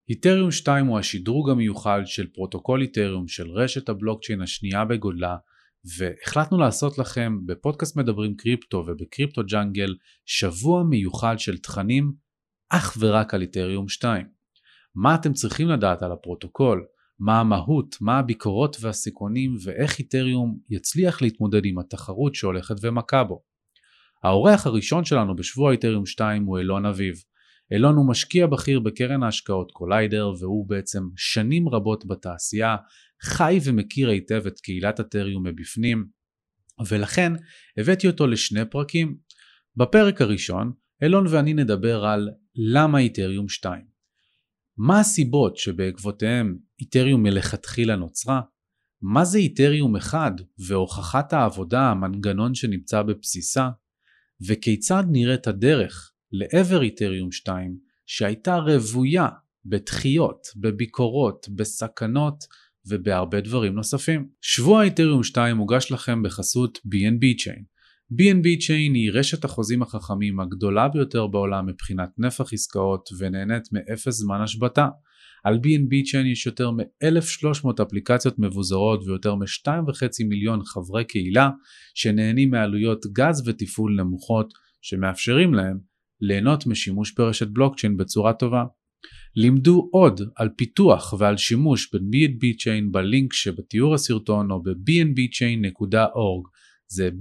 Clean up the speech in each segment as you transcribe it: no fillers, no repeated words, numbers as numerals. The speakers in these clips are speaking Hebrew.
איתריום 2 הוא השדרוג המיוחד של פרוטוקול איתריום של רשת הבלוקצ'יין השנייה בגודלה, והחלטנו לעשות לכם בפודקאסט מדברים קריפטו ובקריפטו ג'אנגל שבוע מיוחד של תכנים אך ורק על איתריום 2. מה אתם צריכים לדעת על הפרוטוקול, מה המהות, מה הביקורות והסיכונים ואיך איתריום יצליח להתמודד עם התחרות שהולכת ומכה בו. האורח הראשון שלנו בשבוע איתריום 2 הוא אילון אביב. אילון הוא משקיע בכיר בקרן ההשקעות קוליידר, והוא בעצם שנים רבות בתעשייה, חי ומכיר היטב את קהילת איתריום מבפנים, ולכן הבאתי אותו לשני פרקים. בפרק הראשון, אילון ואני נדבר על למה איתריום 2. מה הסיבות שבעקבותיהם איתריום מלכתחילה נוצרה? מה זה איתריום 1 והוכחת העבודה, המנגנון שנמצא בבסיסה? וכיצד נראית הדרך לעבר איתריום 2 שהייתה רוויה בתחיות, בביקורות, בסכנות ובהרבה דברים נוספים. שבוע איתריום 2 מוגש לכם בחסות BNB Chain. BNB Chain היא רשת החוזים החכמים הגדולה ביותר בעולם מבחינת נפח עסקאות ונהנית מאפס זמן השבתה. על BNB Chain יש יותר מ-1,300 אפליקציות מבוזרות ויותר מ-2.5 מיליון חברי קהילה שנהנים מעלויות גז ותפעול נמוכות שמאפשרים להם ליהנות משימוש ברשת בלוקצ'יין בצורה טובה. לימדו עוד על פיתוח ועל שימוש ב-BNB Chain בלינק שבתיאור הסרטון או ב-bnbchain.org. זה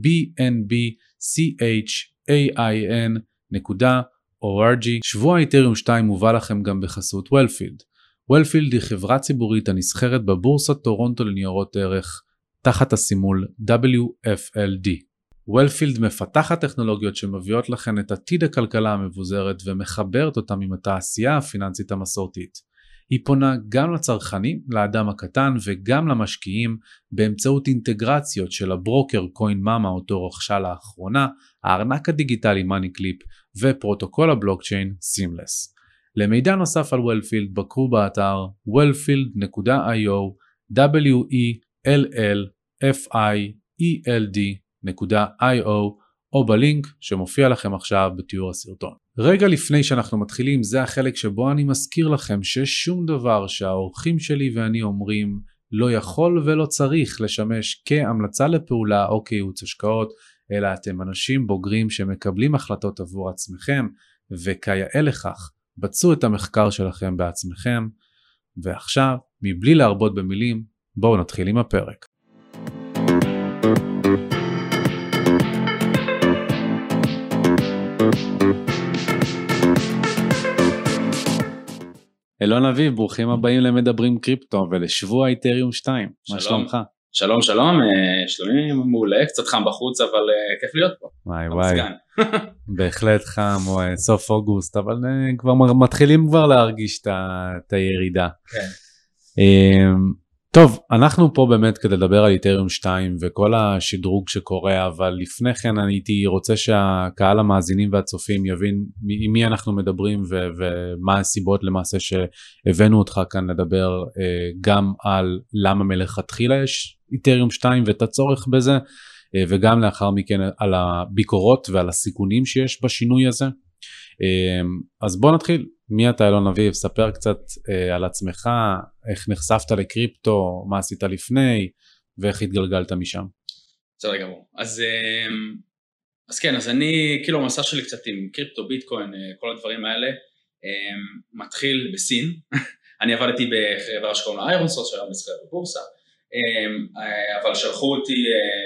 bnbchain.org. שבוע איתריום 2 מובא לכם גם בחסות וולפילד. וולפילד היא חברה ציבורית הנסחרת בבורסת טורונטו לניירות ערך תחת הסימול WFLD. וולפילד מפתחת טכנולוגיות שמביאות לכם את עתיד הכלכלה המבוזרת ומחברת אותם עם התעשייה הפיננסית המסורתית. היא פונה גם לצרכנים, לאדם הקטן וגם למשקיעים באמצעות אינטגרציות של הברוקר קוין מאמה אותו רכשה לאחרונה, הארנק הדיגיטלי מאני קליפ ופרוטוקול הבלוקצ'יין סימלס. למידע נוסף על וולפילד בקרו באתר wellfield.io wellfield.io או בלינק שמופיע לכם עכשיו בתיאור הסרטון. רגע לפני שאנחנו מתחילים, זה החלק שבו אני מזכיר לכם ששום דבר שהאורחים שלי ואני אומרים לא יכול ולא צריך לשמש כהמלצה לפעולה או כייעוץ השקעות, אלא אתם אנשים בוגרים שמקבלים החלטות עבור עצמכם, וכיאה לכך בצעו את המחקר שלכם בעצמכם. ועכשיו, מבלי להרבות במילים, בואו נתחיל עם הפרק. אילון אביב, ברוכים הבאים למדברים קריפטו ולשבוע איתריום 2. מה שלומך? שלום, שלום, שלומי מעולה, קצת חם בחוץ, אבל כיף להיות פה. וואי, בהחלט חם, סוף אוגוסט, אבל כבר מתחילים כבר להרגיש את הירידה. כן. טוב, אנחנו פה באמת כדי לדבר על איתריום 2 וכל השדרוג שקורה, אבל לפני כן אני הייתי רוצה שהקהל המאזינים והצופים יבין עם מי אנחנו מדברים ומה הסיבות למעשה שהבאנו אותך כאן לדבר גם על למה מלכתחילה יש איתריום 2 ואת הצורך בזה, וגם לאחר מכן על הביקורות ועל הסיכונים שיש בשינוי הזה. אז בוא נתחיל. מי אתה אילון אביב? ספר קצת על עצמך, איך נחשפת לקריפטו, מה עשית לפני ואיך התגלגלת משם. בסדר גמור. אז כן, אז אני כאילו המסע שלי קצת עם קריפטו, ביטקוין, כל הדברים האלה, מתחיל בסין. אני עבדתי בחברה שקוראים לה איירון סורס, שהיום נסחרת בבורסה, אבל שלחו אותי,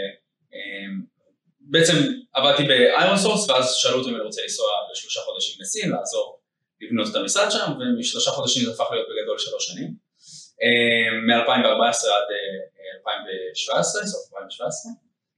בעצם עבדתי באיירון סורס, ואז שאלו אותי אם אני רוצה לנסוע ל3 חודשים לסין, לעזור לבנות את המשרד שם, ומ3 חודשים זה הפך להיות בגדול 3 שנים. מ-2014 עד 2017, סוף 2017.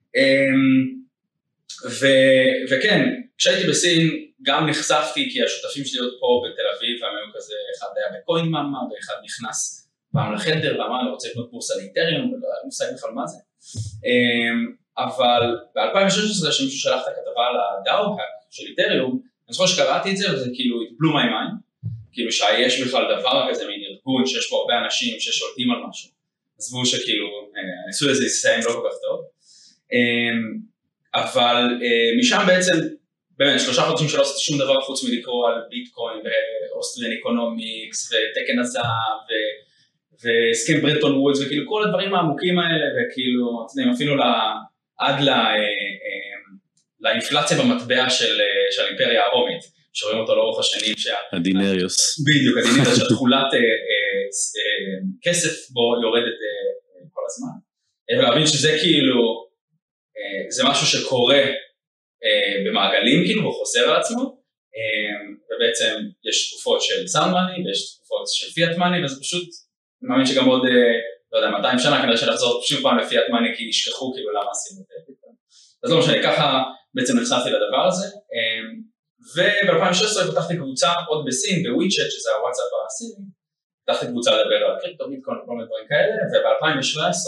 וכן, כשהייתי בסין גם נחשפתי, כי השותפים שלי עוד פה בתל אביב, הם היו כזה, אחד היה בקוין מאמה, ואחד נכנס פעם לחדר, ואמר, אני רוצה לבנות בורסה לאיתריום, ולא היה מושג בכלל מה זה. אבל ב-2016, שמישהו שלח את הכתבה על הדאו של איתריום, אני זוכר שקראתי את זה, וזה כאילו, it blew my mind, כאילו שיש בכלל דבר כזה, מין ארגון, שיש פה הרבה אנשים ששולטים על משהו. עזבו שכאילו, הניסוי הזה יסיים לא כל כך טוב. אבל משם בעצם באמת 3 חודשים שלא עשיתי שום דבר חוץ מלקרוא על ביטקוין ואוסטריאן אקונומיקס ותקן הזהב והסכם ברטון וודס וכאילו כל הדברים העמוקים האלה וכאילו אפילו עד לאינפלציה במטבע של האימפריה הרומית שרואים אותו לאורך השנים הדינריוס בדיוק הדינריוס שתכולת כסף בו יורדת כל הזמן ולהבין שזה כאילו זה משהו שקורה במעגלים כאילו הוא חוזר על עצמו ובעצם יש תקופות של סאונד מאני ויש תקופות של פיאט מאני וזה פשוט אני מאמין שגם עוד לא יודע 200 שנה כנראה שנחזור שוב פעם לפיאט מאני כי ישכחו כאילו למה עשינו את זה אז לא משנה ככה בעצם נחשפתי לדבר הזה וב-2016 פתחתי קבוצה עוד בסין בוויצ'ט שזה הוואטסאפ הסיני פתחתי קבוצה לדבר על קריפטו ביטקוין וכל מיני דברים כאלה וב-2017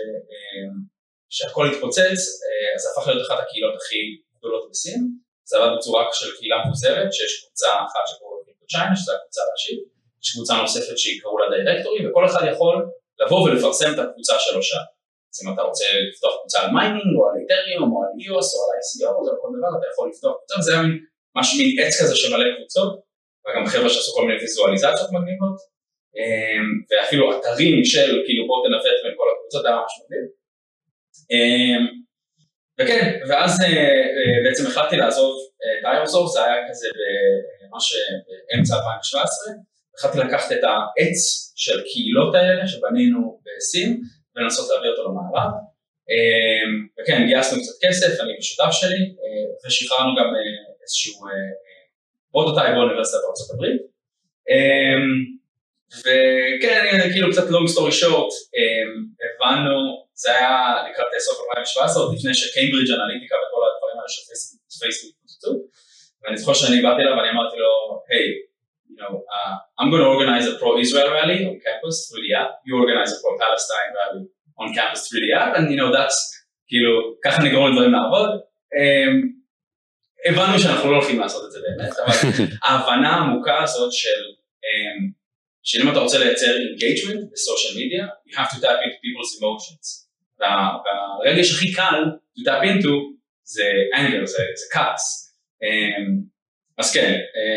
שהכל התפוצץ אז הפך להיות אחת הקהילות הכי גדולות בסין זה עבד בצורה של קהילה מבוזרת שיש קבוצה אחת שקוראים קריפטו צ'יינה שזה הקבוצה הראשית יש קבוצה נוספת שיקראו לה דירקטורי וכל אחד יכול לבוא ולפרסם את הקבוצה שלו שם אז אם אתה רוצה לפתוח קבוצה על מיינינג או על איתריום או על EOS או על ICO או על כל דבר אתה יכול לפתוח קבוצה וזה היה משהו מין עץ כזה שמלא קבוצות וגם חבר'ה שעשו כל מיני ויזואליזציות מגניבות ואפילו אתרים של כאילו בוא תנווט בין כל הקבוצות היה ממש מגניב וכן ואז בעצם החלטתי לעזוב את IOSORCE זה היה כזה ממש באמצע 2017 החלטתי לקחת את העץ של קהילות האלה שבנינו בסין ולנסות להביא אותו למערב וכן גייסנו קצת כסף אני ושותף שלי ושחררנו גם איזשהו פרוטוטייפ באוניברסיטה בארצות הברית וכן כאילו קצת long story short הבנו זה היה לקראת סוף 2017 עוד לפני שקיימברידג' אנליטיקה וכל הדברים האלה של פייסבוק פוצצו ואני זוכר שאני באתי אליו ואני אמרתי לו hey you know I'm going to organize a pro-Israel rally on campus through the app you organize a pro-Palestine rally on campus through the app and you know that's כאילו ככה נגרום לדברים לעבוד הבנו שאנחנו לא הולכים לעשות את זה באמת אבל ההבנה העמוקה הזאת שאם אתה רוצה לייצר engagement בסושיאל מדיה, you have to tap into people's emotions. והרגש הכי קל to tap into זה anger, זה כעס. אז כן,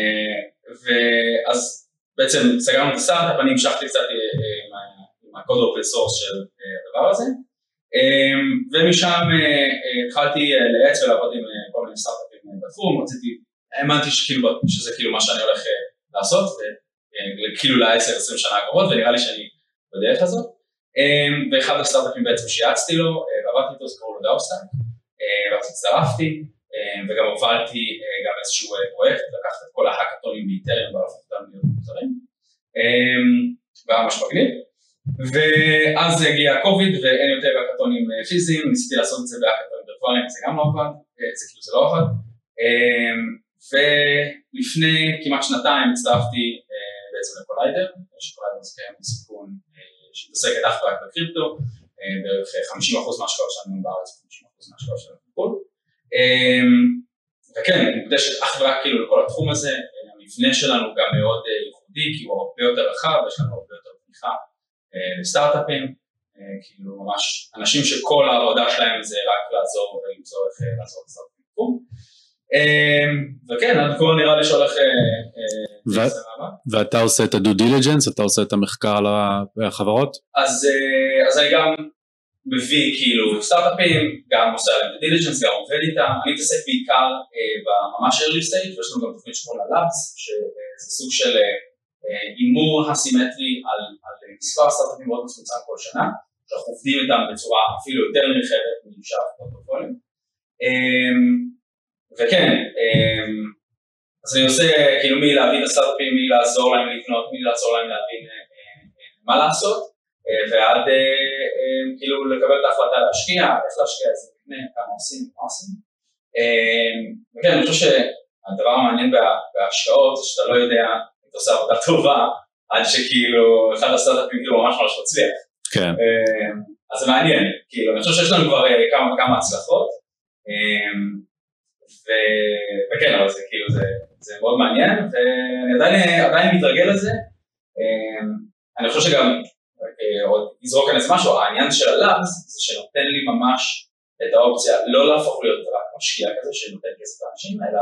ואז בעצם סגרנו את הסטארט-אפ, אני המשכתי קצת עם הקוד אופן סורס של הדבר הזה, ומשם התחלתי לייעץ ולעבוד עם כל מיני סטארט-אפים בתחום, האמנתי שזה כאילו מה שאני הולך לעשות, כאילו ל10-20 שנה הקרובות, ונראה לי שאני בדרך הזאת. ואחד הסטארט-אפים בעצם שיעצתי לו, ועבדתי איתו, זה קראו לו דאוסטאק, ואז הצטרפתי, וגם הובלתי גם איזשהו פרויקט, לקחת את כל ההאקתונים באיתריום, והלכת אותם להיות מוצרים, והיה ממש מגניב. ואז הגיע הקוביד, ואין יותר האקתונים פיזיים, ניסיתי לעשות את זה בהאקתונים וירטואליים, זה גם לא עבד, זה לא עבד. ולפני כמעט שנתיים הצטרפתי בעצם לקוליידר, שקוליידר זה קיים בסיכון שמתעסקת אך ורק בקריפטו, בערך 50% מההשקעות שלנו בארץ, 50% מההשקעות שלנו בחו"ל. וכן, היא מוקדשת אך ורק כאילו לכל התחום הזה, המבנה שלנו גם מאוד ייחודי, כי הוא הרבה יותר רחב, יש לנו הרבה יותר תמיכה לסטארט-אפים, כאילו ממש אנשים שכל העבודה שלהם זה רק לעזור ולמצוא איך לעזור לסטארט-אפים בתחום. וכן, עד כה נראה לי שהולך ואתה עושה את ה-due diligence, אתה עושה את המחקר על החברות? אז אני גם מביא כאילו סטארט-אפים, גם עושה עליהם due diligence, גם עובד איתם, אני מתעסק בעיקר בממש early stage, ויש לנו גם תוכנית שקוראים לה Labs, שזה סוג של אימור הסימטרי על מספר סטארט-אפים מאוד מצומצם כל שנה, שאנחנו עובדים איתם בצורה אפילו יותר נרחבת ממשאר פרוטוקולים. וכן, אז אני עושה כאילו מי להבין הסטארט-אפים, מי לעזור להם לבנות, מי לעזור להם להבין מה לעשות, ועד כאילו לקבל את ההחלטה להשקיע, איך להשקיע את זה לפני, כמה עושים, מה עושים. וכן, אני חושב שהדבר המעניין בהשקעות זה שאתה לא יודע אם אתה עושה עבודה טובה, עד שכאילו אחד הסטארט-אפים כאילו ממש ממש מצליח. כן. אז זה מעניין, כאילו, אני חושב שיש לנו כבר כמה וכמה הצלחות, וכן, אבל זה כאילו, זה מאוד מעניין, ואני עדיין מתרגל לזה. אני חושב שגם, עוד יזרוק כאן איזה משהו, העניין של הלאבס, זה שנותן לי ממש את האופציה, לא להפוך להיות רק משקיע כזה שנותן כסף לאנשים, אלא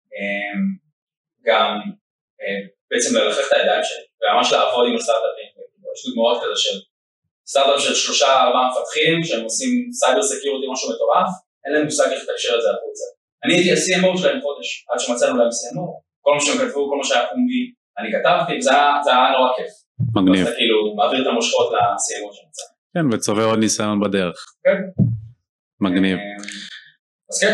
גם בעצם ללכת את הידיים שלי, וממש לעבוד עם הסטארט-אפים. יש דוגמאות כזה של סטארט-אפ של 3-4 מפתחים, שהם עושים סייבר סקיוריטי משהו מטורף, אין להם מושג איך לתקשר את זה החוצה. אני הייתי ה-CMO שלהם חודש, עד שמצאנו להם CMO, כל מה שהם כתבו, כל מה שהיה פומבי, אני כתבתי, זה היה נורא כיף. מגניב. אז אתה כאילו מעביר את המושכות ל-CMO שמצא. כן, וצובר עוד ניסיון בדרך. כן. מגניב. אז כן.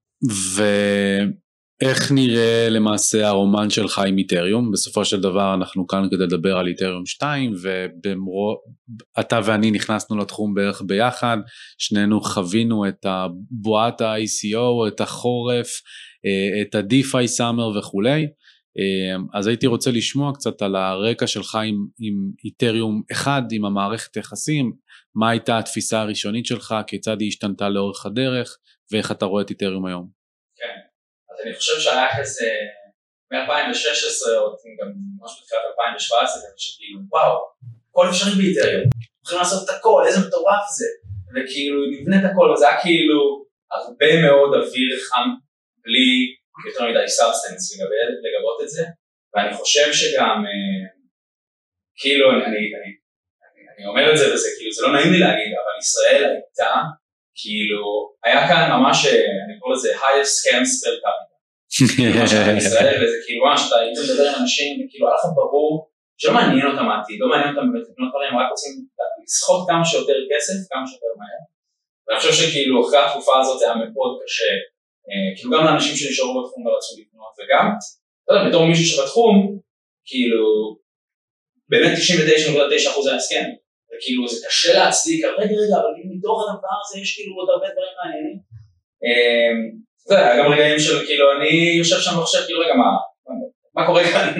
ואיך נראה למעשה הרומן שלך עם איתריום? בסופו של דבר אנחנו כאן כדי לדבר על איתריום 2, ואתה ואני נכנסנו לתחום בערך ביחד, שנינו חווינו את הבועת ה-ICO, את החורף, את ה-DeFi Summer וכולי, אז הייתי רוצה לשמוע קצת על הרקע שלך עם איתריום 1, עם המערכת יחסים, מה הייתה התפיסה הראשונית שלך, כיצד היא השתנתה לאורך הדרך, ואיך אתה רואה את איתריום היום? כן, אז אני חושב שהיה כזה מ-2016, או גם ממש בתחילת 2017, שכאילו וואו, הכל אפשרי באיתריום, הולכים לעשות את הכל, איזה מטורף זה, וכאילו נבנה את הכל, וזה היה כאילו הרבה מאוד אוויר חם, בלי יותר מדי סאבסטנס לגבות את זה, ואני חושב שגם, כאילו אני אומר את זה וזה, כאילו זה לא נעים לי להגיד, אבל ישראל הייתה, כאילו, היה כאן ממש, אני קורא לזה highest scams per capita. ממש בישראל, וזה כאילו ממש, אתה היית מדבר עם אנשים, וכאילו היה לך ברור, שלא מעניין אותם העתיד, לא מעניין אותם באמת לקנות דברים, רק רוצים לסחוט כמה שיותר כסף, כמה שיותר מהר. ואני חושב שכאילו אחרי התקופה הזאת זה היה מאוד קשה, כאילו גם לאנשים שנשארו בתחום ורצו לקנות, וגם, אתה יודע, בתור מישהו שבתחום, כאילו, באמת 99.9% היה סכם. וכאילו זה קשה להצדיק, רגע, אבל מתוך הדבר הזה יש כאילו עוד הרבה דברים מעניינים. זה היה גם רגעים של כאילו, אני יושב שם וחושב, כאילו רגע, מה קורה כאן?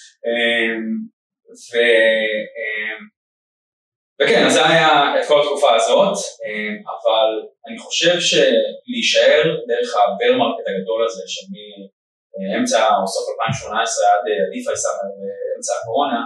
וכן, אז זה היה את כל התקופה הזאת, אבל אני חושב שלהישאר דרך הברמרקט הגדול הזה, שמאמצע או סוף 2018 עד ה-DeFi Summer באמצע הקורונה,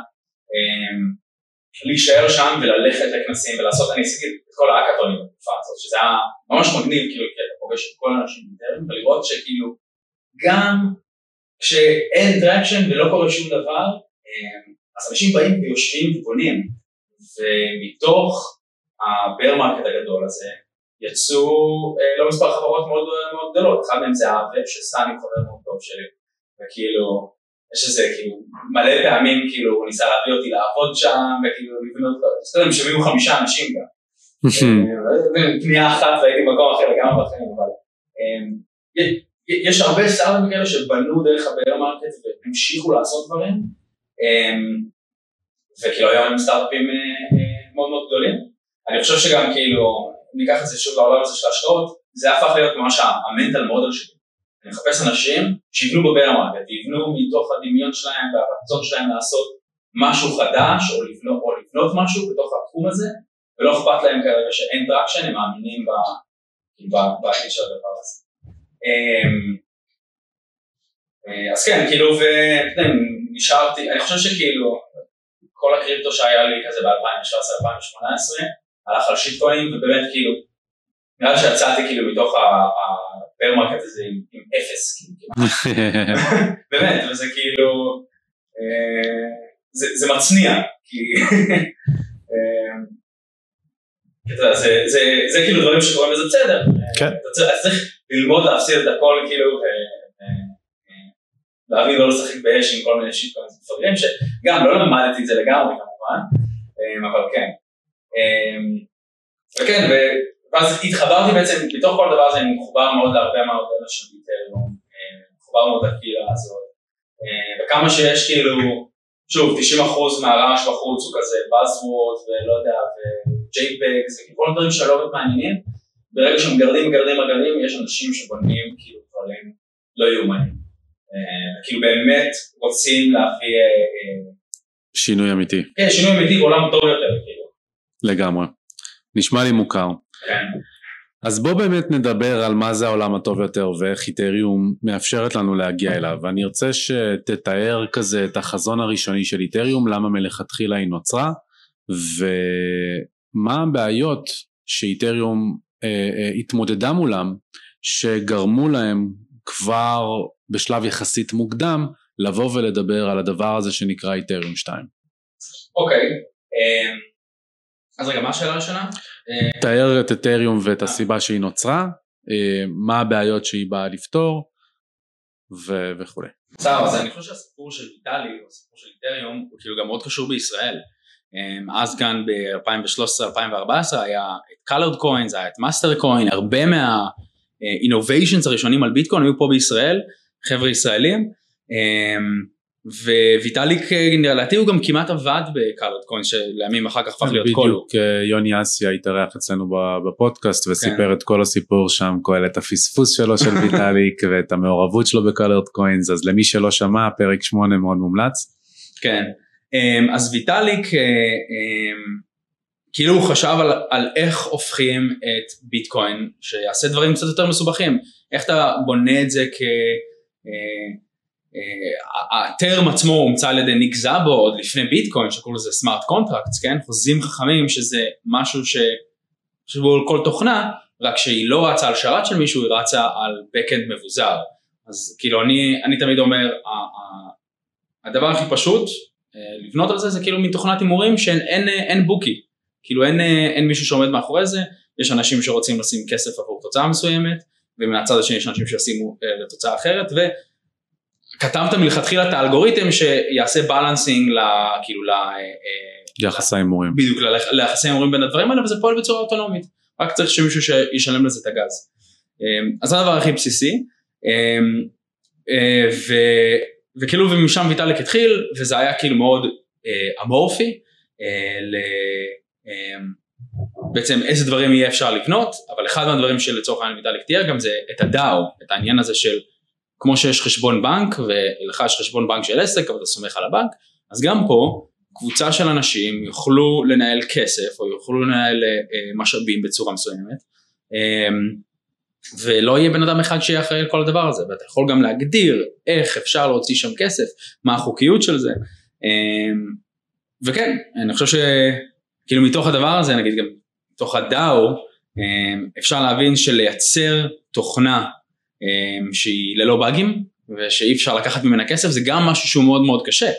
להישאר שם וללכת לכנסים ולעשות, אני עשיתי את כל האקאטונים בתקופה הזאת, שזה היה ממש מגניב, כאילו, כי אתה פוגש את כל האנשים באיתריום, ולראות שכאילו, גם כשאין טראקשן ולא קורה שום דבר, אז אנשים באים ויושבים ובונים, ומתוך הברמרקט הגדול הזה, יצאו לא מספר חברות מאוד מאוד גדולות, אחד מהם זה האבב, שסטני חבר מאוד טוב שלי, וכאילו, יש איזה כאילו מלא פעמים כאילו הוא ניסה להביא אותי לעבוד שם וכאילו לבנות לו, אז אתם שווים 5 אנשים גם, פנייה אחת והייתי במקום אחר לגמרי בחיים, אבל יש הרבה סטארט-אפים כאלה שבנו דרך הברמרקט והמשיכו לעשות דברים, וכאילו היום הם סטארט-אפים מאוד מאוד גדולים. אני חושב שגם כאילו, ניקח את זה שוב לעולם הזה של ההשקעות, זה הפך להיות ממש המנטל מודל שלי. אני מחפש אנשים שיבנו בברמרקט, יבנו מתוך הדמיון שלהם והרצון שלהם לעשות משהו חדש או לבנות משהו בתוך התחום הזה, ולא אכפת להם כרגע שאין טראקשן, הם מאמינים בעתיד של הדבר הזה. אז כן, כאילו, ונשארתי, אני חושב שכאילו, כל הקריפטו שהיה לי כזה ב-2017-2018, הלך על שיטקוין, ובאמת כאילו, נראה שיצאתי כאילו מתוך הברמרקט הזה עם 0, באמת, וזה כאילו, זה מצניע, כי אתה יודע, זה כאילו דברים שקוראים לזה בסדר, אתה צריך ללמוד להפסיד את הכל כאילו, להבין לא לשחק באש עם כל מיני שיטקוין מפגרים, שגם לא למדתי את זה לגמרי כמובן, אבל כן. וכן, ואז התחברתי בעצם, בתוך כל הדבר הזה אני מחובר מאוד להרבה מאוד אנשים באיתריום, מחובר מאוד לקהילה הזאת, וכמה שיש כאילו, שוב, 90% מהרעש בחוץ הוא כזה Buzzword ולא יודע, ו-JPEGs וכל הדברים שלא באמת מעניינים, ברגע שהם גרדים, יש אנשים שבונים כאילו דברים לא יאומנים, כאילו באמת רוצים להביא שינוי אמיתי. כן, שינוי אמיתי בעולם טוב יותר כאילו. לגמרי. נשמע לי מוכר. כן. אז בוא באמת נדבר על מה זה העולם הטוב יותר ואיך איתריום מאפשרת לנו להגיע אליו, ואני ארצה שתתאר כזה את החזון הראשוני של איתריום, למה מלכתחילה היא נוצרה, ומה הבעיות שאיתריום התמודדה מולם שגרמו להם כבר בשלב יחסית מוקדם, לבוא ולדבר על הדבר הזה שנקרא איתריום 2. אוקיי, אז רגע, מה השאלה הראשונה? תאר את איתריום ואת הסיבה שהיא נוצרה, מה הבעיות שהיא באה לפתור, וכו'. בסדר, אז אני חושב שהסיפור של ויטאליק, או הסיפור של איתריום, הוא כאילו גם מאוד קשור בישראל. אז כאן ב-2013-2014 היה את Colored Coins, היה את Master Coin, הרבה מה-innovations הראשונים על ביטקוין היו פה בישראל, חבר'ה ישראלים, וויטאליק לדעתי הוא גם כמעט עבד ב-Colored Coins, שלימים אחר כך הפך להיות קולו. בדיוק, יוני אסיה התארח אצלנו בפודקאסט, וסיפר את כל הסיפור שם, כולל את הפספוס שלו של ויטאליק, ואת המעורבות שלו ב-Colored Coins, אז למי שלא שמע, פרק 8 מאוד מומלץ. כן. אז ויטאליק כאילו הוא חשב על איך הופכים את ביטקוין שיעשה דברים קצת יותר מסובכים, איך אתה בונה את זה הטרם עצמו הומצא על ידי ניק זאבו עוד לפני ביטקוין שקוראים לזה סמארט קונטרקטס, כן? חוזים חכמים שזה משהו שבו על כל תוכנה, רק שהיא לא רצה על שרת של מישהו, היא רצה על בקאנד מבוזר. אז כאילו אני תמיד אומר הדבר הכי פשוט לבנות על זה, זה כאילו מתוכנת הימורים שאין בוקי, כאילו אין מישהו שעומד מאחורי זה, יש אנשים שרוצים לשים כסף עבור תוצאה מסוימת, ומהצד השני יש אנשים שישימו לתוצאה אחרת, וכתבת מלכתחילה את האלגוריתם שיעשה בלנסינג כאילו ליחסי הימורים. בדיוק, ליחסי הימורים בין הדברים האלה, וזה פועל בצורה אוטונומית, רק צריך שמישהו שישלם לזה את הגז. אז זה הדבר הכי בסיסי, וכאילו ומשם ויטאליק התחיל, וזה היה כאילו מאוד אמורפי, בעצם איזה דברים יהיה אפשר לבנות, אבל אחד מהדברים שלצורך העניין ויטאליק תיאר גם זה את הדאו, את העניין הזה של כמו שיש חשבון בנק, ולך יש חשבון בנק של עסק, אבל אתה סומך על הבנק, אז גם פה קבוצה של אנשים יוכלו לנהל כסף, או יוכלו לנהל משאבים בצורה מסוימת, ולא יהיה בן אדם אחד שיהיה אחראי על כל הדבר הזה, ואתה יכול גם להגדיר איך אפשר להוציא שם כסף, מה החוקיות של זה, וכן, אני חושב שכאילו מתוך הדבר הזה, נגיד גם מתוך הדאו, אפשר להבין שלייצר תוכנה שהיא ללא באגים, ושאי אפשר לקחת ממנה כסף, זה גם משהו שהוא מאוד מאוד קשה,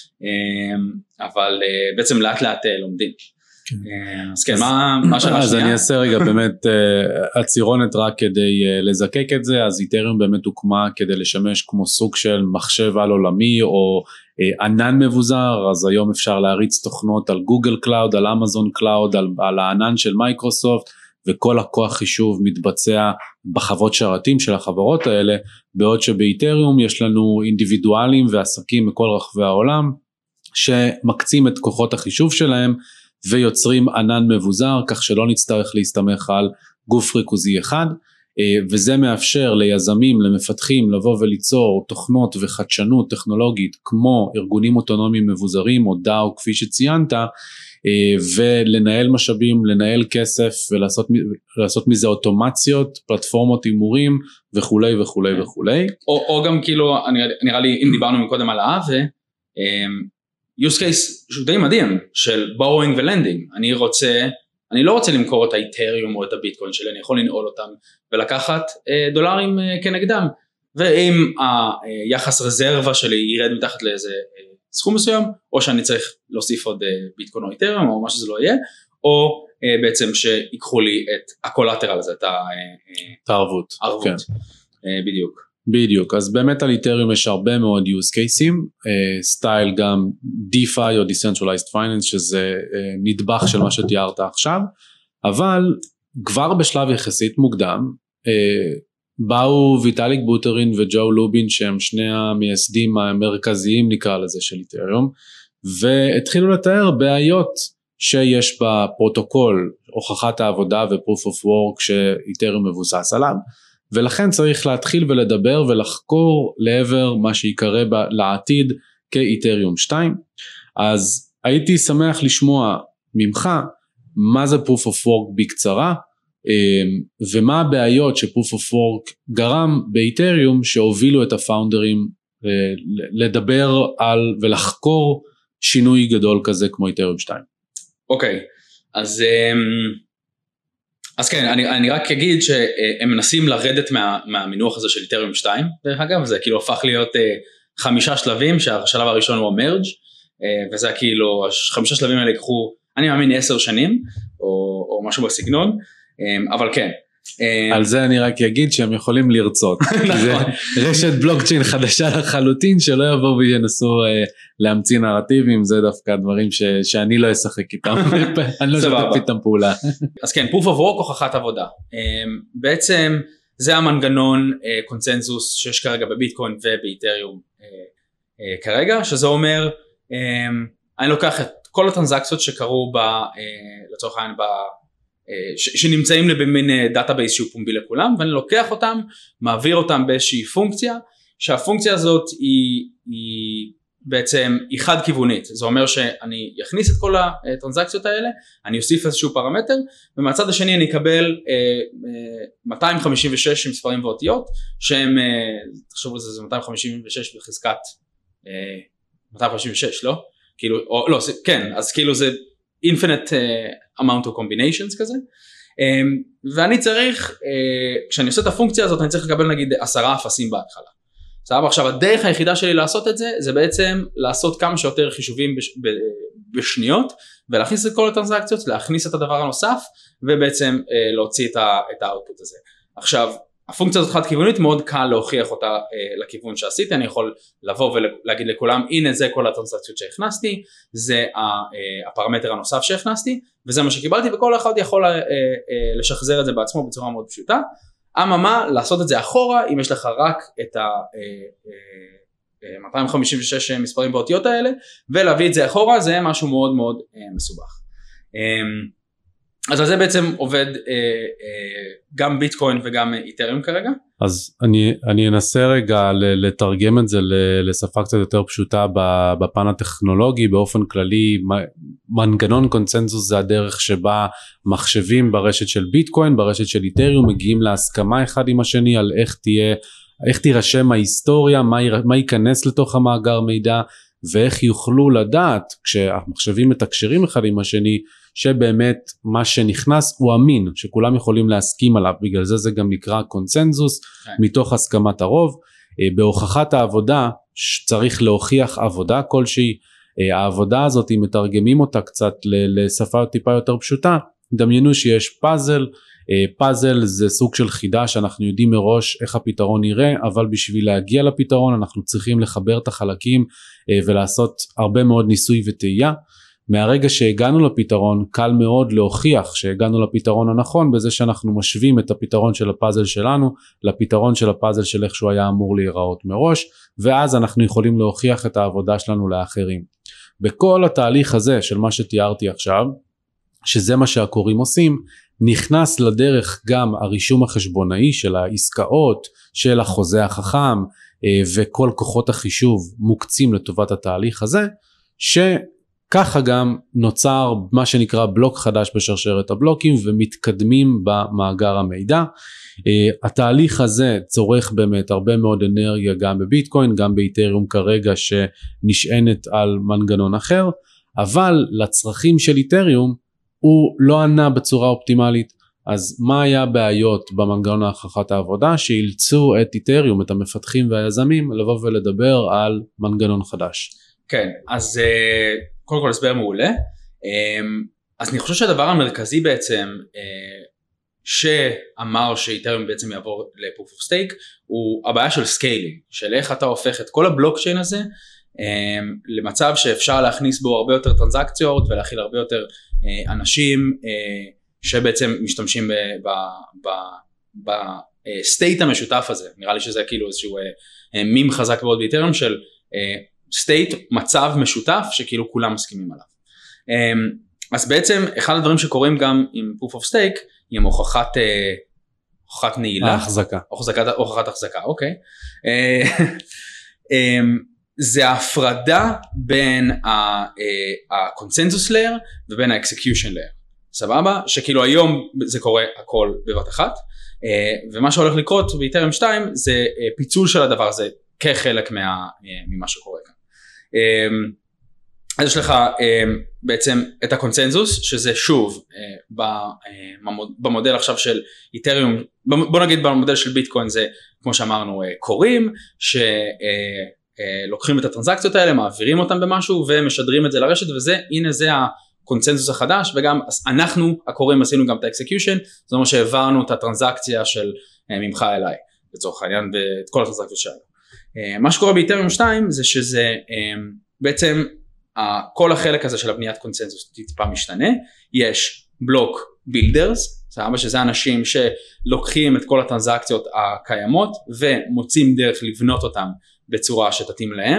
אבל בעצם לאט לאט לומדים. אז כן, מה השאלה אז השנייה? אני אעשה רגע באמת הצירונת רק כדי לזקק את זה, אז איתריום באמת הוקמה כדי לשמש כמו סוג של מחשב על עולמי או ענן מבוזר, אז היום אפשר להריץ תוכנות על גוגל קלאוד, על אמזון קלאוד, על הענן של מייקרוסופט, וכל הכוח חישוב מתבצע בחוות שרתים של החברות האלה, בעוד שבאיתריום יש לנו אינדיבידואלים ועסקים מכל רחבי העולם, שמקצים את כוחות החישוב שלהם, ויוצרים ענן מבוזר, כך שלא נצטרך להסתמך על גוף ריכוזי אחד, וזה מאפשר ליזמים, למפתחים, לבוא וליצור תוכנות וחדשנות טכנולוגית, כמו ארגונים אוטונומיים מבוזרים, או דאו כפי שציינת, ולנהל משאבים, לנהל כסף, ולעשות מזה אוטומציות, פלטפורמות הימורים, וכולי וכולי וכולי. או גם כאילו, נראה לי, אם דיברנו מקודם על האווה, use case שהוא די מדהים, של borrowing ו-lending, אני לא רוצה למכור את האיתריום או את הביטקוין שלי, אני יכול לנעול אותם ולקחת דולרים כנגדם, ואם היחס רזרבה שלי ירד מתחת לאיזה סכום מסוים, או שאני צריך להוסיף עוד ביטקוין או איתריום או מה שזה לא יהיה, או בעצם שיקחו לי את הקולטרל הזה, את הערבות. ערבות, בדיוק. בדיוק, אז באמת על איתריום יש הרבה מאוד use cases, סטייל גם DeFi או Decentralized Finance, שזה נדבך של מה שתיארת עכשיו, אבל כבר בשלב יחסית מוקדם, באו ויטאליק בוטרין וג'ו לובין, שהם שני המייסדים המרכזיים נקרא לזה של איתריום, והתחילו לתאר בעיות שיש בפרוטוקול, הוכחת העבודה ו-Proof of Work שאיתריום מבוסס עליו, ולכן צריך להתחיל ולדבר ולחקור לעבר מה שיקרא לעתיד כאיתריום 2. אז הייתי שמח לשמוע ממך מה זה Proof of Work בקצרה, ומה הבעיות ש-Proof of Work גרם באיתריום שהובילו את הפאונדרים לדבר על ולחקור שינוי גדול כזה כמו איתריום 2. אוקיי, אז אז כן, אני רק אגיד שהם מנסים לרדת מהמינוח הזה של איתריום 2, דרך אגב, זה כאילו הפך להיות 5 שלבים, שהשלב הראשון הוא המרג', וזה כאילו, 5 שלבים האלה יקחו, אני מאמין 10 שנים, או משהו בסגנון, אבל כן. על זה אני רק אגיד שהם יכולים לרצות, זה רשת בלוקצ'יין חדשה לחלוטין, שלא יבואו וינסו להמציא נרטיבים, זה דווקא דברים שאני לא אשחק איתם, אני לא אשתף איתם פעולה. אז כן, proof of work, הוכחת עבודה, בעצם זה המנגנון קונצנזוס שיש כרגע בביטקוין ובאיתריום כרגע, שזה אומר, אני לוקח את כל הטרנזקציות שקרו לצורך העניין שנמצאים במין דאטאבייס שהוא פומבי לכולם, ואני לוקח אותם, מעביר אותם באיזושהי פונקציה, שהפונקציה הזאת היא בעצם היא חד כיוונית, זה אומר שאני אכניס את כל הטרנזקציות האלה, אני אוסיף איזשהו פרמטר, ומהצד השני אני אקבל 256 מספרים ואותיות, שהם, תחשבו לזה, זה 256 בחזקת 256, לא? כאילו, או, לא, כן, אז כאילו זה infinite amount of combinations כזה, ואני צריך, כשאני עושה את הפונקציה הזאת, אני צריך לקבל נגיד 10 אפסים בהתחלה. סבבה, עכשיו הדרך היחידה שלי לעשות את זה, זה בעצם לעשות כמה שיותר חישובים בשניות, ולהכניס את כל הטרנזקציות, להכניס את הדבר הנוסף, ובעצם להוציא את האוטפוט הזה. עכשיו, הפונקציה הזאת חד כיוונית, מאוד קל להוכיח אותה לכיוון שעשיתי, אני יכול לבוא ולהגיד לכולם, הנה זה כל הטרנזקציות שהכנסתי, זה הפרמטר הנוסף שהכנסתי, וזה מה שקיבלתי, וכל אחד יכול לשחזר את זה בעצמו בצורה מאוד פשוטה, אממה, לעשות את זה אחורה, אם יש לך רק את ה-256 מספרים באותיות האלה, ולהביא את זה אחורה, זה משהו מאוד מאוד מסובך. אז זה בעצם עובד גם ביטקוין וגם איתריום כרגע. אז אני אנסה רגע לתרגם את זה לשפה קצת יותר פשוטה בפן הטכנולוגי. באופן כללי מנגנון קונצנזוס זה הדרך שבה מחשבים ברשת של ביטקוין, ברשת של איתריום, מגיעים להסכמה אחד עם השני על איך תירשם ההיסטוריה, מה ייכנס לתוך המאגר מידע, ואיך יוכלו לדעת כשהמחשבים מתקשרים אחד עם השני שבאמת מה שנכנס הוא אמין, שכולם יכולים להסכים עליו. בגלל זה גם נקרא קונצנזוס, מתוך הסכמת הרוב. בהוכחת העבודה צריך להוכיח עבודה כלשהי. העבודה הזאת, אם מתרגמים אותה קצת לשפה טיפה יותר פשוטה, דמיינו שיש פאזל, פאזל זה סוג של חידה שאנחנו יודעים מראש איך הפתרון נראה, אבל בשביל להגיע לפתרון אנחנו צריכים לחבר את החלקים ולעשות הרבה מאוד ניסוי וטעייה. מהרגע שהגענו לפתרון, קל מאוד להוכיח שהגענו לפתרון הנכון, בזה שאנחנו משווים את הפתרון של הפאזל שלנו, לפתרון של הפאזל של איך שהוא היה אמור להיראות מראש, ואז אנחנו יכולים להוכיח את העבודה שלנו לאחרים. בכל התהליך הזה של מה שתיארתי עכשיו, שזה מה שהקוראים עושים, נכנס לדרך גם הרישום החשבונאי של העסקאות, של החוזה החכם, וכל כוחות החישוב מוקצים לטובת התהליך הזה, ככה גם נוצר מה שנקרא בלוק חדש בשרשרת הבלוקים ומתקדמים במאגר המידע. התהליך הזה צורך באמת הרבה מאוד אנרגיה גם בביטקוין, גם באיתריום כרגע שנשענת על מנגנון אחר, אבל לצרכים של איתריום הוא לא ענה בצורה אופטימלית. אז מה היה הבעיות במנגנון הוכחת העבודה שאילצו את איתריום, את המפתחים והיזמים, לבוא ולדבר על מנגנון חדש? כן, אז קודם כל הסבר מעולה. אז אני חושב שהדבר המרכזי בעצם שאמר שאיתריום בעצם יעבור ל-Proof of Stake הוא הבעיה של סקיילינג, של איך אתה הופך את כל הבלוקצ'יין הזה למצב שאפשר להכניס בו הרבה יותר טרנזקציות ולהכיל הרבה יותר אנשים שבעצם משתמשים בסטייט המשותף הזה. נראה לי שזה כאילו איזשהו מים חזק מאוד באיתריום של סטייט, מצב משותף שכאילו כולם מסכימים עליו. אז בעצם אחד הדברים שקורים גם עם Proof of Stake היא הוכחת נעילה. הוכחת החזקה, אוקיי. זה ההפרדה בין ה-consensus layer ובין ה-execution layer. סבבה? שכאילו היום זה קורה הכל בבת אחת, ומה שהולך לקרות באיתריום 2 זה פיצול של הדבר הזה כחלק ממה שקורה כאן. אז יש לך בעצם את הקונצנזוס, שזה שוב במודל עכשיו של איתריום, בוא נגיד במודל של ביטקוין זה כמו שאמרנו קוראים, שלוקחים את הטרנזקציות האלה, מעבירים אותם במשהו ומשדרים את זה לרשת, וזה, הנה זה הקונצנזוס החדש, וגם אנחנו הקוראים עשינו גם את האקסקיושן, זאת אומרת שהעברנו את הטרנזקציה של ממך אליי, לצורך העניין, ואת כל הטרנזקציות שלנו. מה שקורה באיתריום 2 זה שזה בעצם כל החלק הזה של הבניית קונצנזוס טיפה משתנה, יש בלוק בילדרס, שזה אנשים שלוקחים את כל הטרנזקציות הקיימות ומוצאים דרך לבנות אותם בצורה שתתאים להם,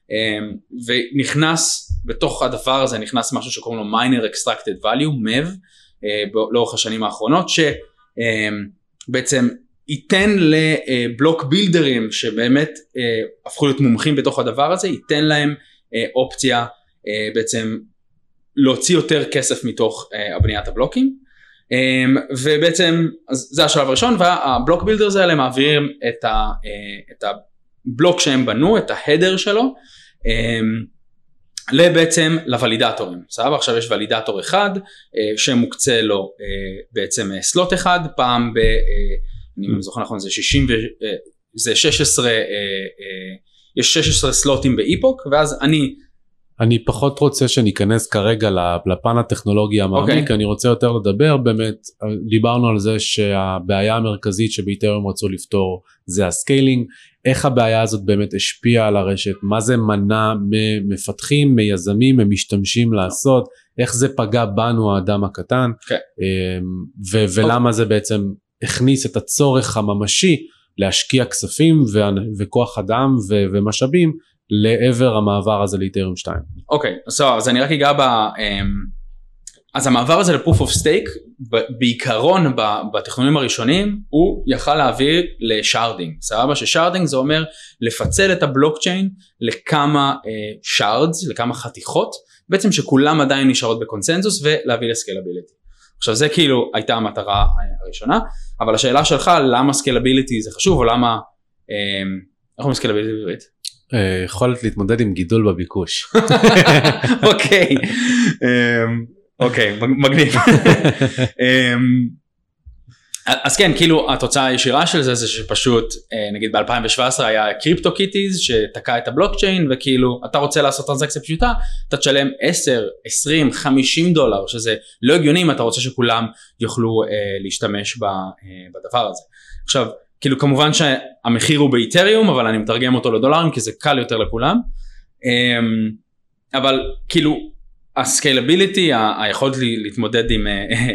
ונכנס בתוך הדבר הזה נכנס משהו שקוראים לו miner extracted value, MEV, לאורך השנים האחרונות, שבעצם ייתן לבלוק בילדרים שבאמת הפכו להיות מומחים בתוך הדבר הזה, ייתן להם אופציה בעצם להוציא יותר כסף מתוך הבניית הבלוקים, ובעצם זה השלב הראשון, והבלוק בילדרס האלה מעבירים את הבלוק שהם בנו, את ההדר שלו, בעצם לוולידטורים. סבבה, עכשיו יש ולידטור אחד שמוקצה לו בעצם סלוט אחד, פעם אני זוכר נכון זה 16 יש 16 סלוטים באיפוק, ואז אני פחות רוצה שניכנס כרגע לפן הטכנולוגי המעמיק, אני רוצה יותר לדבר, באמת דיברנו על זה שהבעיה המרכזית שבאיתריום רצו לפתור זה הסקיילינג, איך הבעיה הזאת באמת השפיעה על הרשת, מה זה מנע ממפתחים, מיזמים, ממשתמשים לעשות, איך זה פגע בנו האדם הקטן, ולמה זה בעצם הכניס את הצורך הממשי להשקיע כספים וכוח אדם ומשאבים לעבר המעבר הזה לאיתריום 2. אוקיי, אז אני רק אגע אז המעבר הזה ל-Proof of Stake, בעיקרון בתכנונים הראשונים, הוא יכל להביא לשארדינג, סבבה? ששארדינג זה אומר לפצל את הבלוקצ'יין לכמה שרדס, לכמה חתיכות, בעצם שכולם עדיין נשארות בקונצנזוס ולהביא לסקלביליטי. עכשיו זה כאילו הייתה המטרה הראשונה, אבל השאלה שלך למה סקלביליטי זה חשוב, או למה, איך אומרים סקלביליטי בעברית? יכולת להתמודד עם גידול בביקוש. אוקיי, מגניב. אז כן, כאילו התוצאה הישירה של זה זה שפשוט נגיד ב-2017 היה קריפטו קיטיז שתקע את הבלוקצ'יין, וכאילו אתה רוצה לעשות טרנזקציה פשוטה, אתה תשלם 10, 20, 50 דולר, שזה לא הגיוני אם אתה רוצה שכולם יוכלו להשתמש בדבר הזה. עכשיו, כאילו כמובן שהמחיר הוא באיתריום, אבל אני מתרגם אותו לדולרים כי זה קל יותר לכולם, אבל כאילו הסקיילביליטי, היכולת להתמודד עם